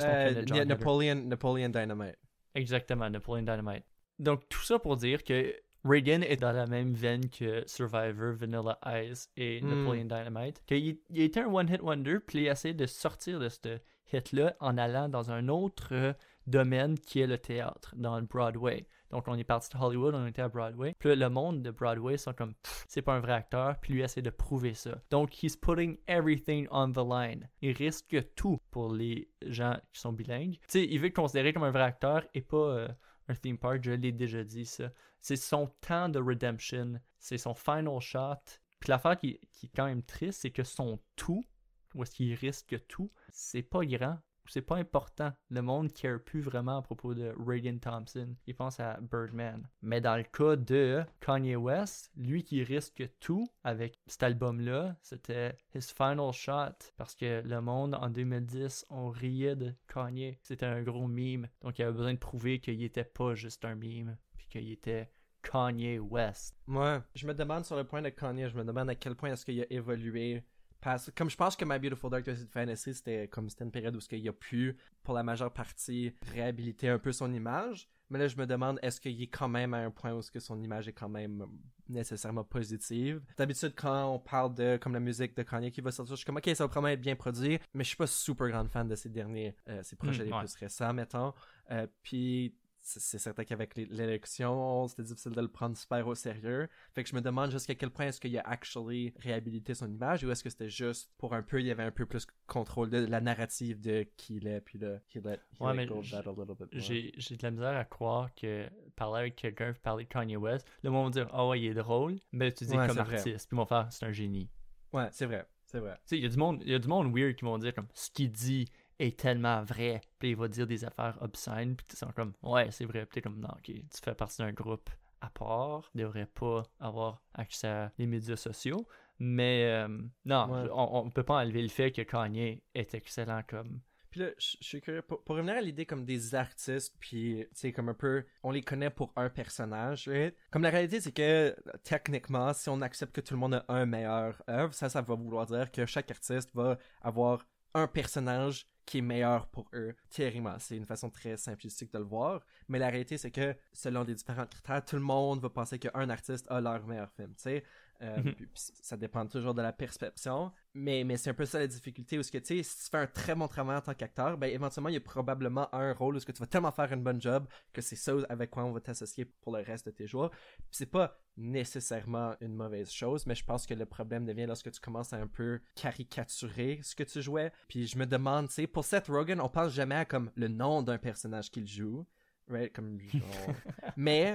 Speaker 1: Napoleon Dynamite.
Speaker 2: Exactement, Napoleon Dynamite. Donc, tout ça pour dire que Reagan est dans la même veine que Survivor, Vanilla Ice et Napoleon Dynamite. Il était un one-hit wonder, puis il essaie de sortir de ce hit-là en allant dans un autre domaine qui est le théâtre, dans le Broadway. Donc, on est parti de Hollywood, on était à Broadway. Puis là, le monde de Broadway sont comme, c'est pas un vrai acteur, puis lui essaie de prouver ça. Donc, he's putting everything on the line. Il risque tout pour les gens qui sont bilingues. Tu sais, il veut être considéré comme un vrai acteur et pas un theme park, je l'ai déjà dit ça. C'est son temps de redemption, c'est son final shot. Puis l'affaire qui est quand même triste, c'est que son tout, où est-ce qu'il risque tout, c'est pas grand. C'est pas important. Le monde ne care plus vraiment à propos de Reagan Thompson. Il pense à Birdman. Mais dans le cas de Kanye West, lui qui risque tout avec cet album-là, c'était his final shot. Parce que le monde, en 2010, on riait de Kanye. C'était un gros meme. Donc il avait besoin de prouver qu'il était pas juste un meme. Puis qu'il était Kanye West.
Speaker 1: Ouais. Je me demande sur le point de Kanye, je me demande à quel point est-ce qu'il a évolué. Comme je pense que My Beautiful Dark Twisted Fantasy, c'était une période où il a pu, pour la majeure partie, réhabiliter un peu son image. Mais là, je me demande, est-ce qu'il est quand même à un point où que son image est quand même nécessairement positive? D'habitude, quand on parle de comme la musique de Kanye qui va sortir, je suis comme, ok, ça va probablement être bien produit, mais je suis pas super grande fan de ses projets les plus récents, mettons. Puis c'est certain qu'avec l'élection, c'était difficile de le prendre super au sérieux. Fait que je me demande jusqu'à quel point est-ce qu'il a actually réhabilité son image, ou est-ce que c'était juste pour un peu, il y avait un peu plus contrôle de la narrative de qui il est, puis là, he let go that a little bit more.
Speaker 2: J'ai de la misère à croire que parler avec quelqu'un, parler de Kanye West, le monde va dire « Ah ouais, il est drôle », mais tu dis comme artiste, puis ils vont faire « C'est un génie ».
Speaker 1: Ouais, c'est vrai.
Speaker 2: Tu sais, il y a du monde weird qui vont dire comme ce qu'il dit est tellement vrai. Puis il va dire des affaires obscènes, puis tu sens comme, ouais, c'est vrai. Puis t'es comme, non, ok, tu fais partie d'un groupe à part, ne devrait pas avoir accès à les médias sociaux. Mais non,
Speaker 1: Ouais.
Speaker 2: on peut pas enlever le fait que Kanye est excellent comme...
Speaker 1: Puis là, je suis curieux, pour revenir à l'idée comme des artistes, puis, tu sais, comme un peu, on les connaît pour un personnage, right? Comme la réalité, c'est que, techniquement, si on accepte que tout le monde a un meilleur œuvre, ça va vouloir dire que chaque artiste va avoir un personnage qui est meilleur pour eux, théoriquement. C'est une façon très simplistique de le voir, mais la réalité, c'est que, selon des différents critères, tout le monde va penser qu'un artiste a leur meilleur film, tu sais? Puis ça dépend toujours de la perception, mais c'est un peu ça la difficulté, où ce que tu sais, si tu fais un très bon travail en tant qu'acteur, ben éventuellement il y a probablement un rôle où ce que tu vas tellement faire une bonne job que c'est ça avec quoi on va t'associer pour le reste de tes jours. Puis c'est pas nécessairement une mauvaise chose, mais je pense que le problème devient lorsque tu commences à un peu caricaturer ce que tu jouais. Puis je me demande, tu sais, pour Seth Rogen, on pense jamais à comme le nom d'un personnage qu'il joue. Right? Comme genre... mais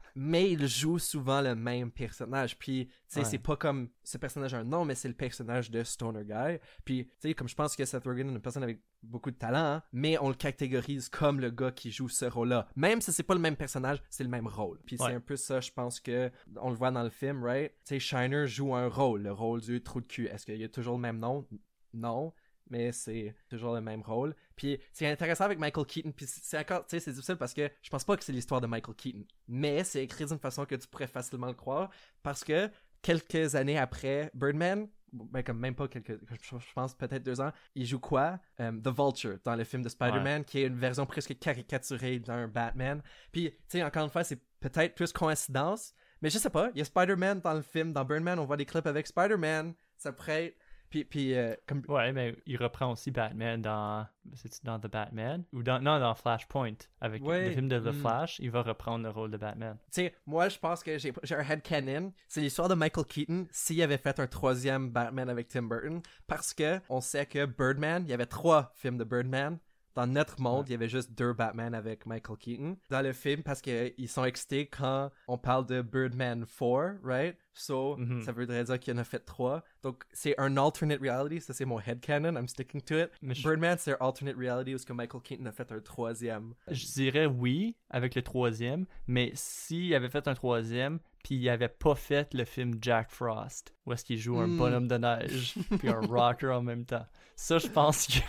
Speaker 1: il joue souvent le même personnage, puis tu sais, c'est pas comme ce personnage a un nom, mais c'est le personnage de Stoner Guy. Puis tu sais, comme je pense que Seth Rogen est une personne avec beaucoup de talent, hein, mais on le catégorise comme le gars qui joue ce rôle-là, même si c'est pas le même personnage, c'est le même rôle. Puis c'est un peu ça, je pense que on le voit dans le film, right? Tu sais, Shiner joue un rôle, le rôle du trou de cul. Est-ce qu'il y a toujours le même nom? Non, mais c'est toujours le même rôle. Puis c'est intéressant avec Michael Keaton, puis c'est encore, tu sais, c'est difficile parce que je pense pas que c'est l'histoire de Michael Keaton, mais c'est écrit d'une façon que tu pourrais facilement le croire, parce que quelques années après Birdman, ben comme même pas quelques, je pense peut-être 2 ans, il joue quoi? The Vulture, dans le film de Spider-Man, qui est une version presque caricaturée d'un Batman. Puis, tu sais, encore une fois, c'est peut-être plus coïncidence, mais je sais pas, il y a Spider-Man dans le film, dans Birdman, on voit des clips avec Spider-Man, ça pourrait être... Puis comme...
Speaker 2: Ouais, mais il reprend aussi Batman dans... C'est-tu dans The Batman? Ou dans... Non, dans Flashpoint. Avec le film de The Flash, il va reprendre le rôle de Batman.
Speaker 1: Tu sais, moi, je pense que j'ai un headcanon. C'est l'histoire de Michael Keaton s'il avait fait un 3e Batman avec Tim Burton. Parce que on sait que Birdman, il y avait 3 films de Birdman. Dans notre monde, il y avait juste 2 Batman avec Michael Keaton. Dans le film, parce qu'ils sont excités quand on parle de Birdman 4, right? So, ça voudrait dire qu'il y en a fait 3. Donc, c'est un alternate reality. Ça, c'est mon headcanon. I'm sticking to it. Mais Birdman, c'est un alternate reality où Michael Keaton a fait un 3e.
Speaker 2: Je dirais oui, avec le 3e. Mais s'il avait fait un 3e, puis il avait pas fait le film Jack Frost, où est-ce qu'il joue un bonhomme de neige, puis un rocker en même temps. Ça, je pense que...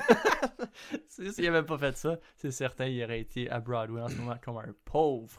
Speaker 2: S'il avait pas fait ça, c'est certain il aurait été à Broadway en ce moment comme un pauvre.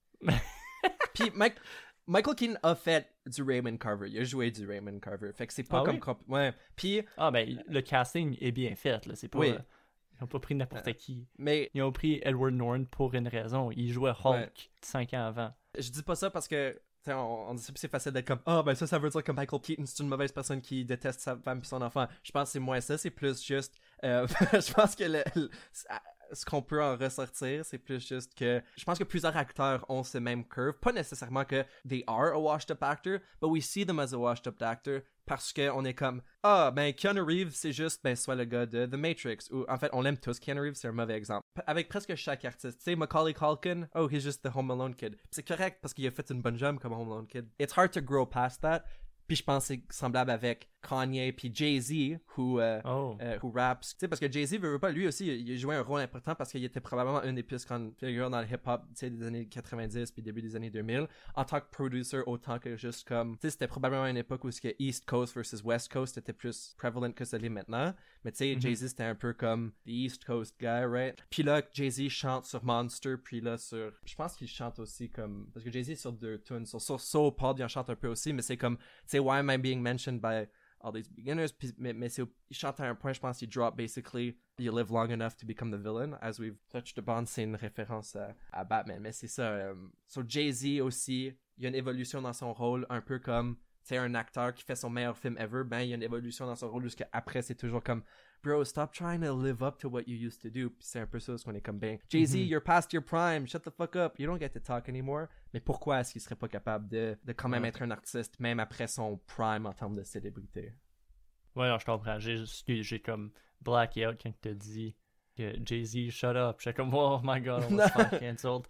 Speaker 1: Puis Michael Keaton a fait du Raymond Carver. Il a joué du Raymond Carver. Fait que c'est pas comme...
Speaker 2: Oui?
Speaker 1: Ouais. Puis...
Speaker 2: Ah, ben, le casting est bien fait, là. C'est pas...
Speaker 1: Oui.
Speaker 2: Ils n'ont pas pris n'importe qui.
Speaker 1: Mais...
Speaker 2: Ils ont pris Edward Norton pour une raison. Il jouait Hulk 5 ans avant.
Speaker 1: Je dis pas ça parce que... On dit ça, c'est facile d'être comme ben ça veut dire que Michael Keaton c'est une mauvaise personne qui déteste sa femme et son enfant. Je pense que c'est moins ça, c'est plus juste je pense que ce qu'on peut en ressortir, c'est plus juste que je pense que plusieurs acteurs ont ce même curve, pas nécessairement que they are a washed up actor, but we see them as a washed up actor parce que on est comme ben Keanu Reeves c'est juste soit le gars de The Matrix, ou en fait on l'aime tous. Keanu Reeves c'est un mauvais exemple avec presque chaque artiste. Tu sais, Macaulay Culkin, he's just the Home Alone kid. Puis c'est correct parce qu'il a fait une bonne job comme Home Alone kid. It's hard to grow past that. Puis je pense que c'est semblable avec Kanye puis Jay-Z who raps. Tu sais, parce que Jay-Z veut pas, lui aussi il a joué un rôle important parce qu'il était probablement une des plus grandes figures dans le hip-hop, tu sais, des années 90 puis début des années 2000 en tant que producer autant que juste comme, tu sais, c'était probablement une époque où ce que East Coast versus West Coast était plus prevalent que ça l'est maintenant. Mais tu sais, Jay-Z c'était un peu comme the East Coast guy, right? Puis là, Jay-Z chante sur Monster, puis là sur... Je pense qu'il chante aussi comme... Parce que Jay-Z est sur 2 tunes. Sur So Pod, il en chante un peu aussi, mais c'est comme... Tu sais, why am I being mentioned by all these beginners? Puis, mais il chante à un point, je pense qu'il drop basically You live long enough to become the villain, as we've touched upon. C'est une référence à Batman. Mais c'est ça. Sur Jay-Z aussi, il y a une évolution dans son rôle, un peu comme... C'est un acteur qui fait son meilleur film ever, ben il y a une évolution dans son rôle jusqu'à après c'est toujours comme bro, stop trying to live up to what you used to do. Puis c'est un peu ça ce qu'on est comme Jay-Z, you're past your prime, shut the fuck up, you don't get to talk anymore. Mais pourquoi est-ce qu'il serait pas capable de quand même être un artiste même après son prime en termes de célébrité?
Speaker 2: Ouais, non, je comprends. J'ai comme blacké out quand tu t'as dit que Jay-Z, shut up. J'étais comme, oh my god, on va se faire cancelled.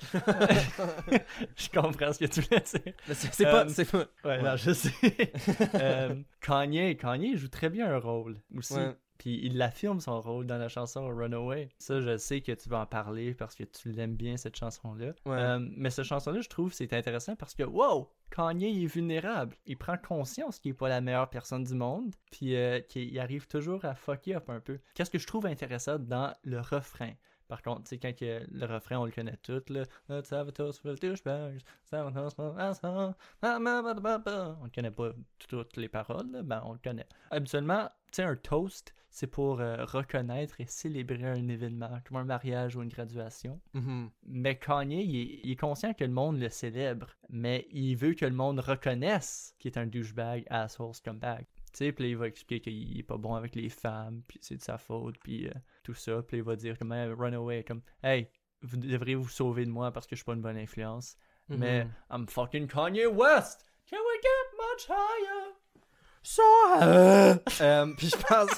Speaker 2: Je comprends ce que tu voulais dire.
Speaker 1: Mais c'est pas...
Speaker 2: Ouais, non, je sais. Kanye joue très bien un rôle aussi. Puis il l'affirme son rôle dans la chanson Runaway. Ça, je sais que tu vas en parler parce que tu l'aimes bien, cette chanson-là.
Speaker 1: Ouais.
Speaker 2: Mais cette chanson-là, je trouve, c'est intéressant parce que, wow, Kanye il est vulnérable. Il prend conscience qu'il n'est pas la meilleure personne du monde. Puis qu'il arrive toujours à fucker up un peu. Qu'est-ce que je trouve intéressant dans le refrain? Par contre, tu sais, quand le refrain, on le connaît tout, là. On ne connaît pas toutes les paroles, là. Ben, on le connaît. Habituellement, tu sais, un toast, c'est pour reconnaître et célébrer un événement, comme un mariage ou une graduation.
Speaker 1: Mm-hmm.
Speaker 2: Mais Kanye, il est conscient que le monde le célèbre, mais il veut que le monde reconnaisse qu'il est un douchebag, asshole, scumbag. Tu sais, puis il va expliquer qu'il est pas bon avec les femmes, puis c'est de sa faute, puis tout ça. Puis il va dire comme hey, Runaway, comme hey, vous devriez vous sauver de moi parce que je suis pas une bonne influence.
Speaker 1: Mm-hmm.
Speaker 2: Mais I'm fucking Kanye West! Can we get much higher?
Speaker 1: Puis je pense...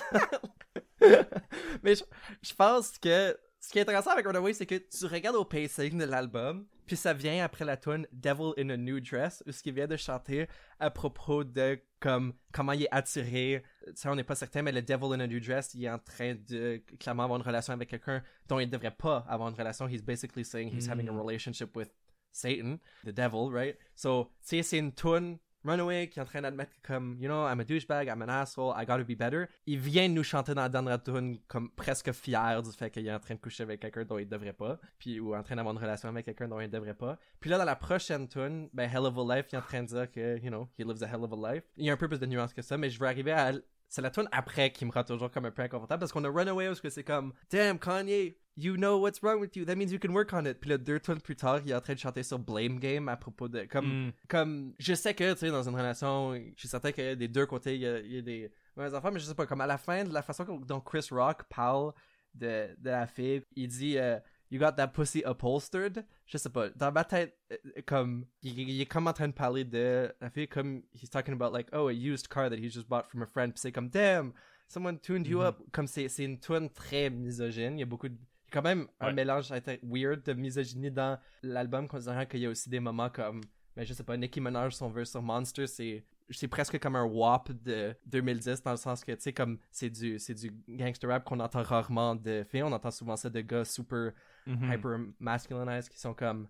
Speaker 1: Mais je pense que ce qui est intéressant avec Runaway, c'est que tu regardes au pacing de l'album, puis ça vient après la tune Devil in a New Dress, où ce qu'il vient de chanter à propos de comment il est attiré. Ça, on n'est pas certain, mais le Devil in a New Dress, il est en train de clairement avoir une relation avec quelqu'un dont il ne devrait pas avoir une relation. He's basically saying he's having a relationship with Satan, the devil, right? So, tu sais, c'est une tune Runaway qui est en train d'admettre que comme, you know, I'm a douchebag, I'm an asshole, I gotta be better. Il vient nous chanter dans la dernière tune comme presque fier du fait qu'il est en train de coucher avec quelqu'un dont il devrait pas, puis ou en train d'avoir une relation avec quelqu'un dont il devrait pas. Puis là, dans la prochaine tune, ben Hell of a Life, il est en train de dire que, you know, he lives a hell of a life. Il y a un peu plus de nuances que ça, mais je veux arriver à... C'est la tune après qui me rend toujours comme un peu inconfortable parce qu'on a Runaway où c'est comme, damn, Kanye, you know what's wrong with you, that means you can work on it. Puis là, 2 tunes plus tard, il est en train de chanter sur Blame Game à propos de... Comme je sais que, tu sais, dans une relation, je suis certain que des deux côtés, il y a des mauvais enfants, mais je sais pas, comme à la fin, de la façon dont Chris Rock parle de la fille, il dit You got that pussy upholstered. Je sais pas, dans ma tête, comme, il est comme en train de parler de la fille, comme, he's talking about like, oh, a used car that he just bought from a friend, puis c'est comme, damn, someone tuned you up. Comme c'est une tune très misogyne, il y a beaucoup de... Il y a quand même un mélange weird de misogynie dans l'album, considérant qu'il y a aussi des moments comme, mais je sais pas, Nicki Minaj, son verse sur Monster, c'est presque comme un WAP de 2010 dans le sens que, tu sais, comme c'est du gangster rap qu'on entend rarement de filles, on entend souvent ça de gars super hyper masculinized qui sont comme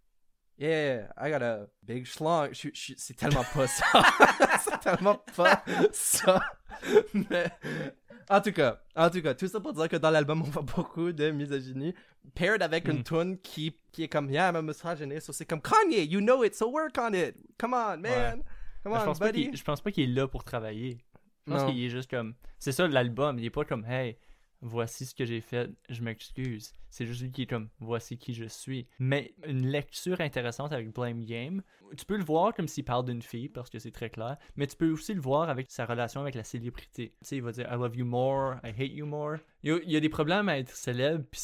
Speaker 1: yeah, I got a big schlong. C'est tellement pas ça. C'est tellement pas ça. Mais en tout cas, tout ça pour dire que dans l'album, on voit beaucoup de misogynie paired avec une tune qui est comme yeah, I'm a misogynist. So c'est comme Kanye, you know it, so work on it. Come on, man. Come on, buddy.
Speaker 2: Je pense pas qu'il est là pour travailler. Je pense qu'il est juste comme... C'est ça l'album, il est pas comme hey, voici ce que j'ai fait, je m'excuse. C'est juste lui qui est comme voici qui je suis. Mais une lecture intéressante avec Blame Game, tu peux le voir comme s'il parle d'une fille parce que c'est très clair, mais tu peux aussi le voir avec sa relation avec la célébrité. Tu sais, il va dire I love you more, I hate you more. Il y a des problèmes à être célèbre, puis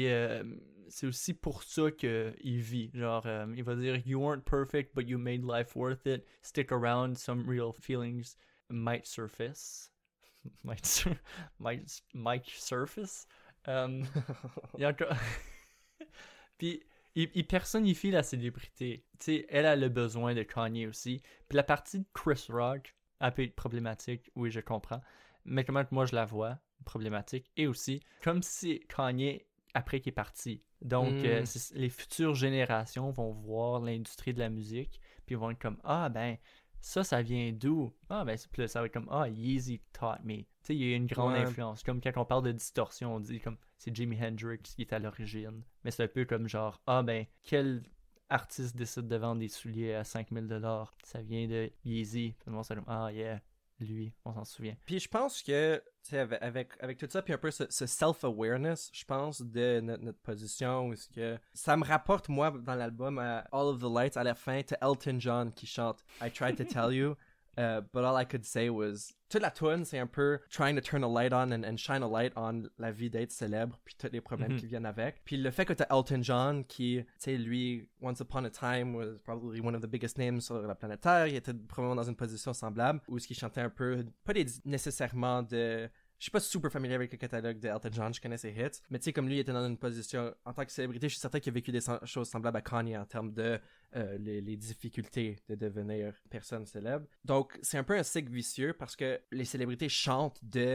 Speaker 2: c'est aussi pour ça qu'il vit. Genre, il va dire you weren't perfect, but you made life worth it. Stick around, some real feelings might surface. Might surface. Il y a encore... Puis il personnifie la célébrité. Tu sais, elle a le besoin de Kanye aussi. Puis la partie de Chris Rock, elle peut être problématique, oui, je comprends. Mais comment moi je la vois, problématique. Et aussi, comme si Kanye, après qu'il est parti. Donc, les futures générations vont voir l'industrie de la musique, puis ils vont être comme, ah ben... Ça vient d'où? Ah, ben, ça va être comme, Yeezy taught me. Tu sais, il y a une grande influence. Comme quand on parle de distorsion, on dit comme, c'est Jimi Hendrix qui est à l'origine. Mais c'est un peu comme genre, quel artiste décide de vendre des souliers à 5 000$? Ça vient de Yeezy. Tout le monde s'est comme, yeah, lui, on s'en souvient.
Speaker 1: Puis je pense que, tu sais, avec tout ça, puis un peu ce self-awareness, je pense, de notre position, où que ça me rapporte, moi, dans l'album, à All of the Lights, à la fin, to Elton John qui chante I tried to tell you, but all I could say was... Toute la tune, c'est un peu trying to turn a light on and shine a light on la vie d'être célèbre, puis tous les problèmes qui viennent avec. Puis le fait que t'as Elton John qui, tu sais, lui, once upon a time, was probably one of the biggest names sur la planète Terre, il était probablement dans une position semblable, où ce qu'il chantait un peu, pas nécessairement de... Je suis pas super familier avec le catalogue de Elton John, je connais ses hits, mais tu sais, comme lui, il était dans une position, en tant que célébrité, je suis certain qu'il a vécu des choses semblables à Kanye en termes de les difficultés de devenir personne célèbre. Donc, c'est un peu un cycle vicieux parce que les célébrités chantent de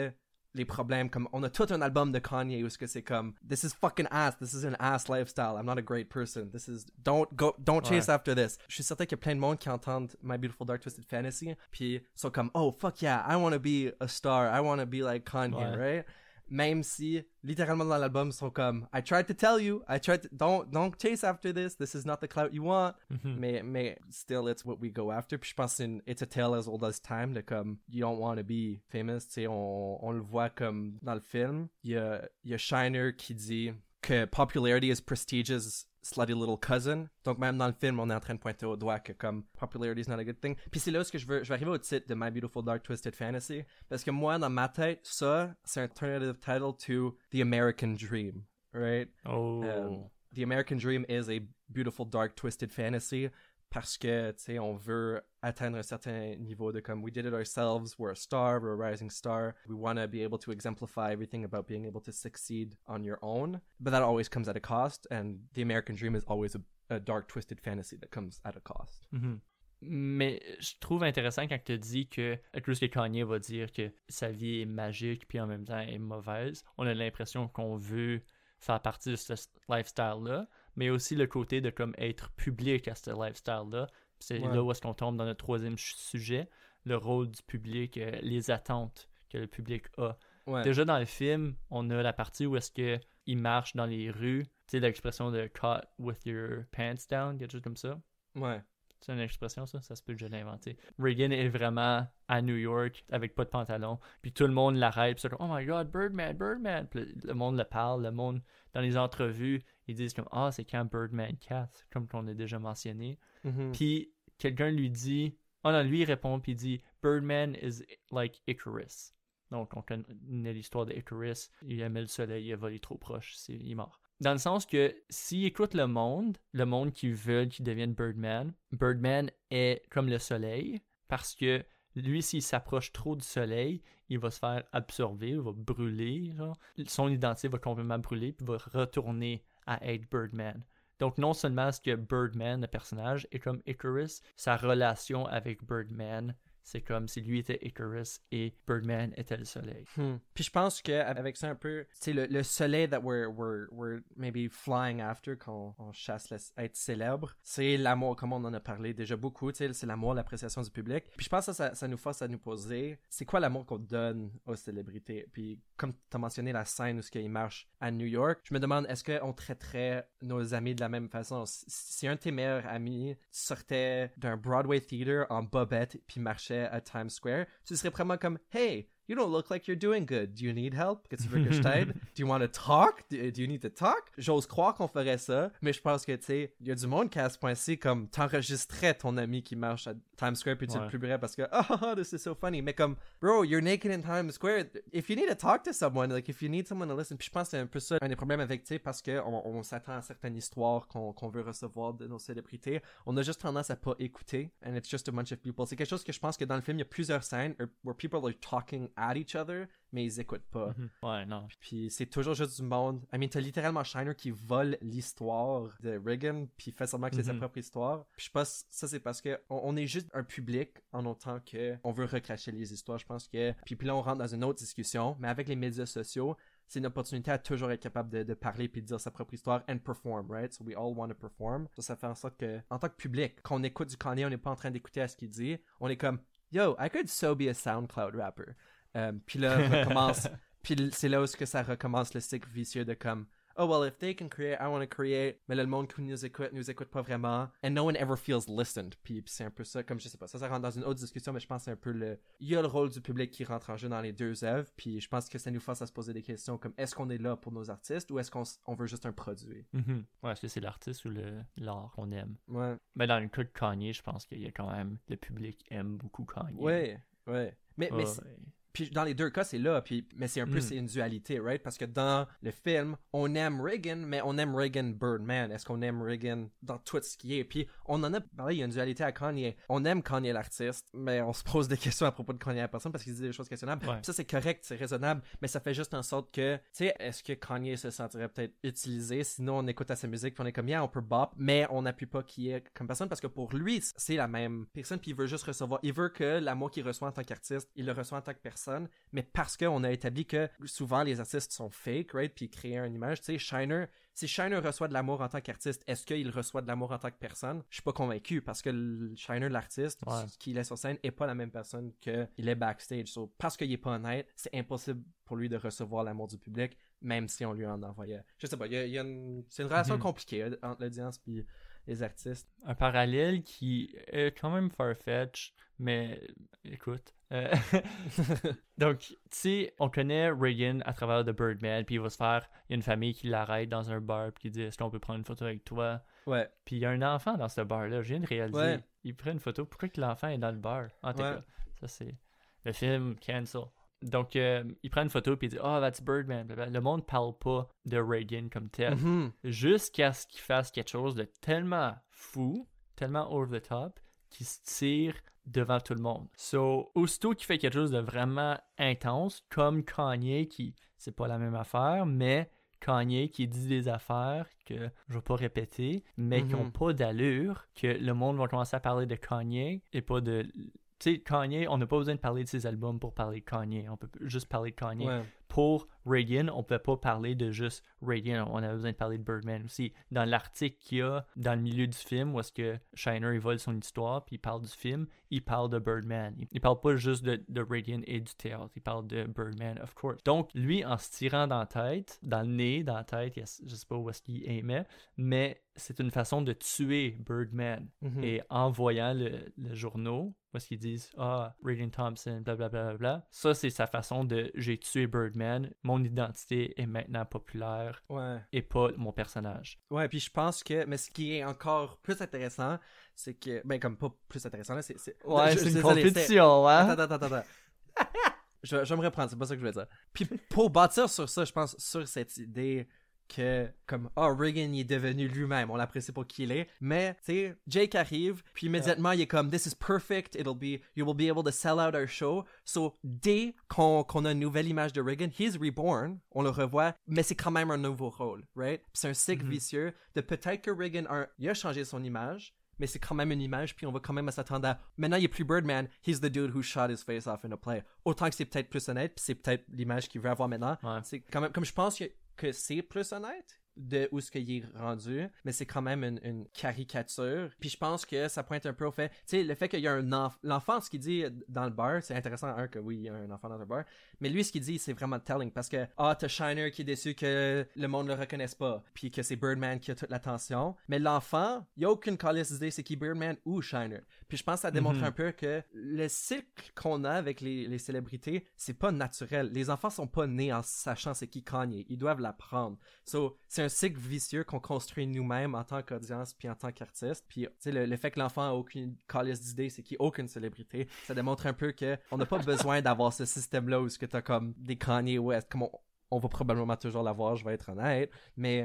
Speaker 1: les problèmes, comme on a tout un album de Kanye où c'est comme this is fucking ass, this is an ass lifestyle, I'm not a great person, this is don't chase after this. Je suis certain qu'il y a plein de monde qui entendent My Beautiful Dark Twisted Fantasy puis sont comme oh fuck yeah, I want to be a star, I want to be like Kanye, right? Même si littéralement dans l'album ils sont comme I tried to tell you, don't chase after this is not the clout you want. Mais still it's what we go after. Puis je pense it's a tale as old as time de comme you don't want to be famous. Tu sais, on le voit comme dans le film, il y a Shiner qui dit que popularity is prestige's slutty little cousin. Donc même dans le film, on est en train de pointer au doigt que comme popularity is not a good thing. Puis c'est là où je vais arriver au titre de My Beautiful Dark Twisted Fantasy. Parce que moi, dans ma tête, ça, c'est un alternative title to The American Dream. Right?
Speaker 2: Oh.
Speaker 1: The American Dream is a beautiful dark twisted fantasy. Parce que, tu sais, on veut atteindre un certain niveau de comme, we did it ourselves, we're a star, we're a rising star, we want to be able to exemplify everything about being able to succeed on your own, but that always comes at a cost, and the American dream is always a dark, twisted fantasy that comes at a cost.
Speaker 2: Mais je trouve intéressant quand tu dis que plus que Kanye va dire que sa vie est magique puis en même temps est mauvaise, on a l'impression qu'on veut faire partie de ce lifestyle-là, mais aussi le côté de comme être public à ce lifestyle-là. C'est là où est-ce qu'on tombe dans notre troisième sujet, le rôle du public, les attentes que le public a. Déjà dans le film, on a la partie où est-ce que il marche dans les rues, tu sais l'expression de caught with your pants down, quelque chose comme ça. C'est une expression, ça se peut que je l'ai inventé. Reagan est vraiment à New York avec pas de pantalon, puis tout le monde l'arrête, puis c'est comme oh my god, Birdman, Birdman. Puis le monde le parle, le monde dans les entrevues, ils disent comme c'est quand Birdman 4, comme qu'on a déjà mentionné. Puis quelqu'un lui dit non, lui il répond puis il dit Birdman is like Icarus. Donc on connaît l'histoire de Icarus, il aimait le soleil, il a volé trop proche, il est mort. Dans le sens que s'il écoute le monde qui veut qu'il devienne Birdman, Birdman est comme le soleil, parce que lui, s'il s'approche trop du soleil, il va se faire absorber, il va brûler, genre. Son identité va complètement brûler, puis va retourner à être Birdman. Donc non seulement est-ce que Birdman, le personnage, est comme Icarus, sa relation avec Birdman, c'est comme si lui était Icarus et Birdman était le soleil.
Speaker 1: Puis je pense qu'avec ça un peu, c'est le soleil that we're maybe flying after quand on chasse être célèbre, c'est l'amour, comme on en a parlé déjà beaucoup, c'est l'amour, l'appréciation du public. Puis je pense que ça nous force à nous poser, c'est quoi l'amour qu'on donne aux célébrités? Puis comme tu as mentionné la scène où il marche à New York, je me demande, est-ce qu'on traiterait nos amis de la même façon? Si un de tes meilleurs amis sortait d'un Broadway theater en bobette puis marchait à Times Square, tu serais vraiment comme hey, you don't look like you're doing good. Do you need help? Que tu veux que je t'aide? Do you want to talk? Do you need to talk? J'ose croire qu'on ferait ça, mais je pense que, tu sais, il y a du monde qui à ce point-ci, comme, t'enregistrais ton ami qui marche à Times Square puis tu le publierais parce que, oh, this is so funny. Mais comme, bro, you're naked in Times Square. If you need to talk to someone, like, if you need someone to listen, puis je pense que c'est un peu ça, un des problèmes avec, tu sais, parce qu'on s'attend à certaines histoires qu'on veut recevoir de nos célébrités. On a juste tendance à pas écouter, and it's just a bunch of people. C'est quelque chose que je pense que dans le film, il y a plusieurs scènes where people are talking at each other, mais ils écoutent pas.
Speaker 2: Ouais, non.
Speaker 1: Puis c'est toujours juste du monde. I mean, t'as littéralement Shiner qui vole l'histoire de Reagan, puis fait seulement que c'est sa propre histoire. Puis je pense ça c'est parce que on est juste un public en autant que on veut recracher les histoires. Je pense que puis là on rentre dans une autre discussion, mais avec les médias sociaux, c'est une opportunité à toujours être capable de parler puis de dire sa propre histoire and perform, right? So we all want to perform. Ça fait en sorte que en tant que public, quand on écoute du Kanye, on n'est pas en train d'écouter à ce qu'il dit. On est comme yo, I could so be a SoundCloud rapper. Puis là, recommence. Puis c'est là où ça recommence le cycle vicieux de comme oh well, if they can create, I want to create. Mais là, le monde qui nous écoute pas vraiment. And no one ever feels listened. Puis c'est un peu ça, comme je sais pas, ça rentre dans une autre discussion, mais je pense que c'est un peu il y a le rôle du public qui rentre en jeu dans les deux œuvres. Puis je pense que ça nous force à se poser des questions comme est-ce qu'on est là pour nos artistes ou est-ce qu'on veut juste un produit?
Speaker 2: Ouais, est-ce que c'est l'artiste ou l'art qu'on aime?
Speaker 1: Ouais.
Speaker 2: Mais dans le cas de Kanye, je pense qu'il y a quand même le public aime beaucoup Kanye.
Speaker 1: Ouais. Mais puis dans les deux cas, c'est là, mais c'est un peu c'est une dualité, right? Parce que dans le film, on aime Reagan, mais on aime Reagan Birdman. Est-ce qu'on aime Reagan dans tout ce qui est? Puis on en a parlé, il y a une dualité à Kanye. On aime Kanye l'artiste, mais on se pose des questions à propos de Kanye la personne parce qu'il dit des choses questionnables.
Speaker 2: Ouais.
Speaker 1: Puis ça, c'est correct, c'est raisonnable, mais ça fait juste en sorte que, tu sais, est-ce que Kanye se sentirait peut-être utilisé? Sinon, on écoute à sa musique, puis on est comme, yeah, on peut bop, mais on n'appuie pas qui est comme personne parce que pour lui, c'est la même personne, puis il veut juste recevoir, il veut que l'amour qu'il reçoit en tant qu'artiste, il le reçoit en tant que personne. personne, mais parce qu'on a établi que souvent les artistes sont fake, right, puis créer une image. Tu sais, si Shiner reçoit de l'amour en tant qu'artiste, est-ce qu'il reçoit de l'amour en tant que personne? Je suis pas convaincu, parce que Shiner, l'artiste, qu'il est sur scène, est pas la même personne qu'il est backstage. So, parce qu'il est pas honnête, c'est impossible pour lui de recevoir l'amour du public, même si on lui en envoyait. Je sais pas, c'est une relation compliquée entre l'audience et les artistes.
Speaker 2: Un parallèle qui est quand même far-fetched, mais écoute. Donc, tu sais, on connaît Reagan à travers The Birdman, puis il va se faire, il y a une famille qui l'arrête dans un bar, puis qui dit, est-ce qu'on peut prendre une photo avec toi?
Speaker 1: Ouais.
Speaker 2: Puis il y a un enfant dans ce bar-là, je viens de réaliser.
Speaker 1: Ouais.
Speaker 2: Il prend une photo, pourquoi que l'enfant est dans le bar? En tout cas, ça c'est le film Cancel. Donc, il prend une photo puis il dit « Oh, that's Birdman. » Le monde parle pas de Reagan comme tel. Jusqu'à ce qu'il fasse quelque chose de tellement fou, tellement over the top, qu'il se tire devant tout le monde. So, aussitôt qu'il fait quelque chose de vraiment intense, comme Kanye, qui, c'est pas la même affaire, mais Kanye qui dit des affaires que je vais pas répéter, mais qui ont pas d'allure, que le monde va commencer à parler de Kanye et pas de... Tu sais, Kanye, on n'a pas besoin de parler de ses albums pour parler de Kanye. On peut juste parler de Kanye.
Speaker 1: Ouais.
Speaker 2: Pour Reagan, on ne peut pas parler de juste Reagan. On a besoin de parler de Birdman aussi. Dans l'article qu'il y a dans le milieu du film, où est-ce que Shiner il vole son histoire, puis il parle du film, il parle de Birdman. Il parle pas juste de Reagan et du théâtre. Il parle de Birdman, of course. Donc, lui, en se tirant dans la tête, dans le nez, dans la tête, je sais pas où est-ce qu'il aimait, mais c'est une façon de tuer Birdman. Et en voyant le journaux, où est-ce qu'ils disent « Ah, Reagan Thompson, blablabla », ça, c'est sa façon de « J'ai tué Birdman. Mon identité est maintenant populaire et pas mon personnage. »
Speaker 1: Ouais, puis je pense que... Mais ce qui est encore plus intéressant, c'est que... Ben, comme pas plus intéressant, là, c'est...
Speaker 2: Ouais, c'est une compétition, hein?
Speaker 1: Attends. je vais me reprendre, c'est pas ça que je veux dire. Puis pour bâtir sur ça, je pense, sur cette idée... que comme Reagan il est devenu lui-même, on l'apprécie pour qui il est, mais tu sais Jake arrive puis immédiatement il est comme this is perfect, you will be able to sell out our show. So dès qu'on a une nouvelle image de Reagan, he's reborn, on le revoit, mais c'est quand même un nouveau rôle, right? Puis c'est un cycle vicieux de peut-être que Reagan il a changé son image, mais c'est quand même une image, puis on va quand même s'attendre à... Maintenant, il est plus Birdman, he's the dude who shot his face off in a play. Autant que c'est peut-être plus honnête, puis c'est peut-être l'image qu'il veut avoir maintenant. C'est quand même... Comme je pense que c'est plus honnête de où ce qu'il est rendu, mais c'est quand même une caricature. Puis je pense que ça pointe un peu au fait... Tu sais, le fait qu'il y a un enfant... L'enfant, ce qu'il dit dans le bar, c'est intéressant, que oui, il y a un enfant dans le bar, mais lui, ce qu'il dit, c'est vraiment telling, parce que, t'as Shiner qui est déçu que le monde le reconnaisse pas, puis que c'est Birdman qui a toute l'attention, mais l'enfant, il y a aucune calice d'idée c'est qui Birdman ou Shiner. Puis je pense que ça démontre un peu que le cycle qu'on a avec les célébrités, c'est pas naturel. Les enfants sont pas nés en sachant c'est qui Kanye. Ils doivent l'apprendre. So, c'est un cycle vicieux qu'on construit nous-mêmes en tant qu'audience puis en tant qu'artiste. Puis, tu sais, le fait que l'enfant a aucune calice d'idée, c'est qu'il n'y a aucune célébrité, ça démontre un peu que on n'a pas besoin d'avoir ce système-là où ce que t'as comme des Kanye West, comme on va probablement toujours l'avoir, je vais être honnête, mais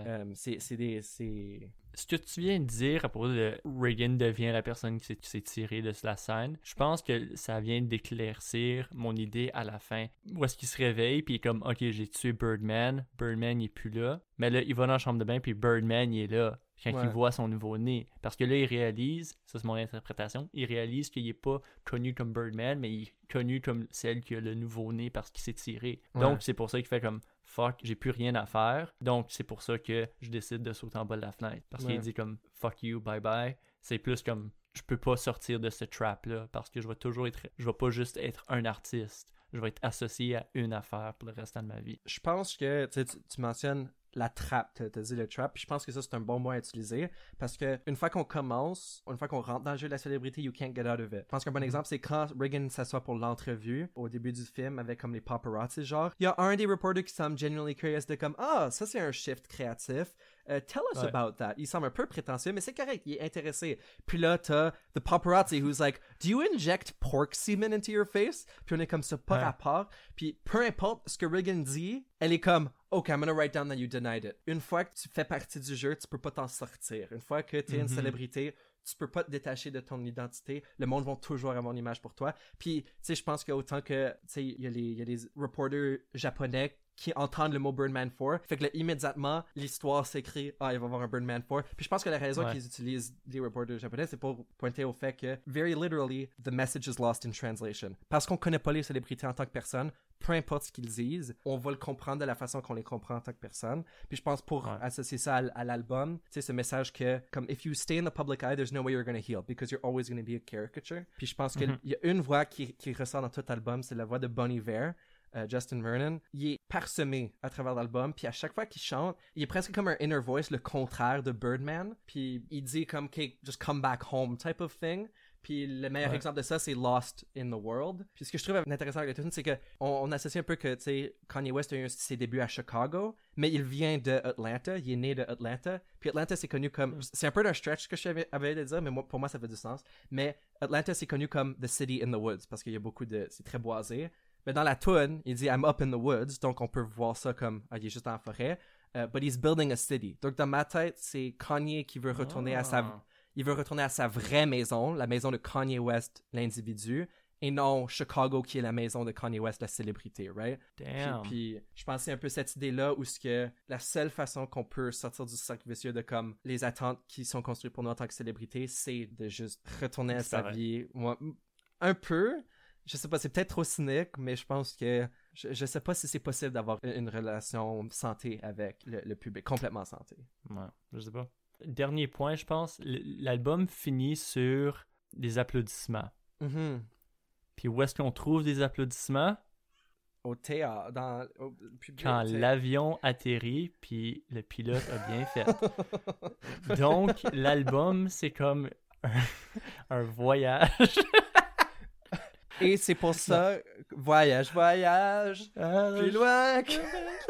Speaker 2: Ce que tu viens de dire à propos de Reagan devient la personne qui s'est tirée de la scène, je pense que ça vient d'éclaircir mon idée à la fin. Où est-ce qu'il se réveille, puis il est comme « Ok, j'ai tué Birdman il est plus là. » Mais là, il va dans la chambre de bain, puis Birdman, il est là. Quand il voit son nouveau-né. Parce que là, il réalise, ça c'est mon interprétation, il réalise qu'il n'est pas connu comme Birdman, mais il est connu comme celle qui a le nouveau-né parce qu'il s'est tiré. Donc, c'est pour ça qu'il fait comme « Fuck, j'ai plus rien à faire. » Donc, c'est pour ça que je décide de sauter en bas de la fenêtre. Parce qu'il dit comme « Fuck you, bye bye. » C'est plus comme « Je peux pas sortir de ce trap-là parce que je vais pas juste être un artiste. Je vais être associé à une affaire pour le restant de ma vie. »
Speaker 1: Je pense que tu mentionnes la trappe, t'as dit le trap, puis je pense que ça c'est un bon mot à utiliser, parce que une fois qu'on rentre dans le jeu de la célébrité, you can't get out of it. Je pense qu'un bon exemple, c'est quand Reagan s'assoit pour l'entrevue, au début du film, avec comme les paparazzi, genre, il y a un des reporters qui semble genuinely curious de comme, ça c'est un shift créatif, tell us about that. Il semble un peu prétentieux, mais c'est correct, il est intéressé. Puis là, t'as the paparazzi who's like, do you inject pork semen into your face? Puis on est comme ça, pas rapport. Puis peu importe ce que Reagan dit, elle est comme, OK, I'm gonna write down that you denied it. Une fois que tu fais partie du jeu, tu peux pas t'en sortir. Une fois que t'es une célébrité, tu peux pas te détacher de ton identité. Le monde va toujours avoir une image pour toi. Puis, tu sais, je pense qu'autant que, tu sais, il y a les reporters japonais qui entendent le mot Birdman 4. Fait que là, immédiatement, l'histoire s'écrit « Ah, il va y avoir un Birdman 4 ». Puis je pense que la raison qu'ils utilisent les reporters japonais, c'est pour pointer au fait que, very literally, the message is lost in translation. Parce qu'on connaît pas les célébrités en tant que personne, peu importe ce qu'ils disent, on va le comprendre de la façon qu'on les comprend en tant que personne. Puis je pense pour associer ça à l'album, tu sais, ce message que, comme, if you stay in the public eye, there's no way you're gonna heal, because you're always gonna be a caricature. Puis je pense qu'il y a une voix qui ressort dans tout l'album, c'est la voix de Bon Iver, Justin Vernon. Il est parsemé à travers l'album, puis à chaque fois qu'il chante, il est presque comme un inner voice, le contraire de Birdman. Puis il dit comme, okay, just come back home type of thing. Puis le meilleur exemple de ça, c'est Lost in the World. Puis ce que je trouve intéressant avec le tune, c'est qu'on associe un peu que, tu sais, Kanye West a eu ses débuts à Chicago, mais il vient de Atlanta, il est né de Atlanta. Puis Atlanta, c'est connu comme... C'est un peu d'un stretch que je avais de dire, mais pour moi, ça fait du sens. Mais Atlanta, c'est connu comme The City in the Woods, parce qu'il y a beaucoup de... C'est très boisé. Mais dans la tune, il dit « I'm up in the woods », donc on peut voir ça comme « il est juste en forêt ». But he's building a city. Donc dans ma tête, c'est Kanye qui veut retourner à sa... Il veut retourner à sa vraie maison, la maison de Kanye West, l'individu, et non Chicago qui est la maison de Kanye West, la célébrité, right?
Speaker 2: Damn.
Speaker 1: Puis je pensais un peu cette idée-là où ce que la seule façon qu'on peut sortir du cercle vicieux de comme les attentes qui sont construites pour nous en tant que célébrité, c'est de juste retourner à sa vie. Moi, un peu, je sais pas, c'est peut-être trop cynique, mais je pense que je sais pas si c'est possible d'avoir une relation santé avec le public, complètement santé.
Speaker 2: Ouais, je sais pas. Dernier point, je pense, l'album finit sur des applaudissements.
Speaker 1: Mm-hmm.
Speaker 2: Puis où est-ce qu'on trouve des applaudissements?
Speaker 1: Au théâtre, au public.
Speaker 2: Quand l'avion atterrit, puis le pilote a bien fait. Donc, l'album, c'est comme un voyage.
Speaker 1: Et c'est pour ça, voyage, plus loin que...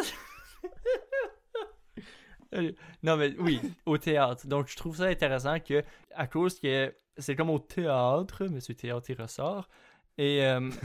Speaker 2: Non, mais oui, au théâtre. Donc, je trouve ça intéressant que, à cause que c'est comme au théâtre, Monsieur Théâtre, il ressort. Et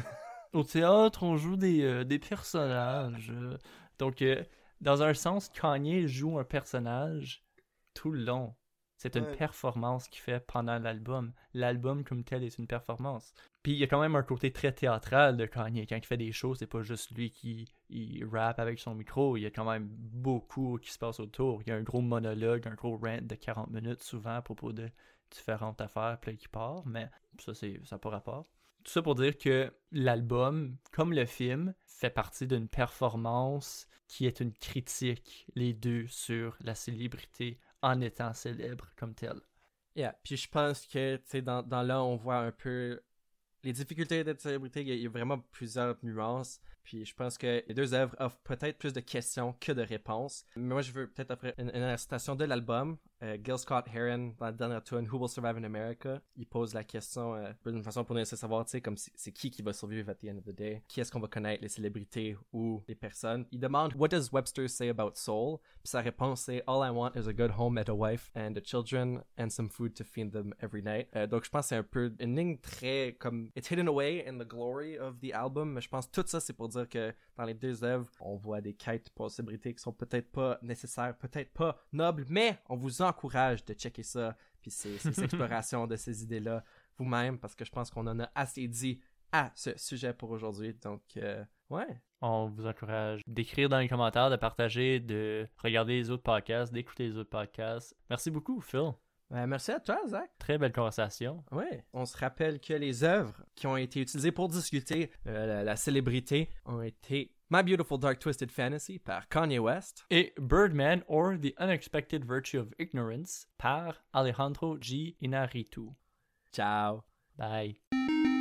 Speaker 2: au théâtre, on joue des personnages. Donc, dans un sens, Kanye joue un personnage tout le long. C'est une performance qu'il fait pendant l'album. L'album comme tel est une performance. Puis il y a quand même un côté très théâtral de Kanye. Quand il fait des shows, c'est pas juste lui qui rappe avec son micro. Il y a quand même beaucoup qui se passe autour. Il y a un gros monologue, un gros rant de 40 minutes souvent à propos de différentes affaires, puis là, qui part. Mais ça n'a pas rapport. Tout ça pour dire que l'album, comme le film, fait partie d'une performance qui est une critique, les deux, sur la célébrité en étant célèbre comme tel.
Speaker 1: Yeah, puis je pense que, tu sais, dans là, on voit un peu les difficultés d'être célébrité. Il y a vraiment plusieurs nuances. Puis je pense que les deux œuvres offrent peut-être plus de questions que de réponses. Mais moi, je veux peut-être offrir une citation de l'album. Gil Scott-Heron, dans la dernière tune, Who Will Survive in America, il pose la question d'une façon pour nous laisser savoir, tu sais, comme c'est qui va survivre at the end of the day. Qui est-ce qu'on va connaître, les célébrités ou les personnes. Il demande, What does Webster say about soul? Puis sa réponse, c'est All I want is a good home and a wife and the children and some food to feed them every night. Donc je pense que c'est un peu une ligne très comme It's hidden away in the glory of the album. Mais je pense que tout ça, c'est pour dire que dans les deux œuvres, on voit des quêtes pour célébrité qui sont peut-être pas nécessaires, peut-être pas nobles, mais on vous encourage de checker ça, puis ces explorations de ces idées-là vous-même, parce que je pense qu'on en a assez dit à ce sujet pour aujourd'hui. Donc, ouais.
Speaker 2: On vous encourage d'écrire dans les commentaires, de partager, de regarder les autres podcasts, d'écouter les autres podcasts. Merci beaucoup, Phil.
Speaker 1: Merci à toi, Zach.
Speaker 2: Très belle conversation.
Speaker 1: Oui, on se rappelle que les œuvres qui ont été utilisées pour discuter la célébrité ont été My Beautiful Dark Twisted Fantasy par Kanye West
Speaker 2: et Birdman or The Unexpected Virtue of Ignorance par Alejandro G. Inarritu.
Speaker 1: Ciao.
Speaker 2: Bye.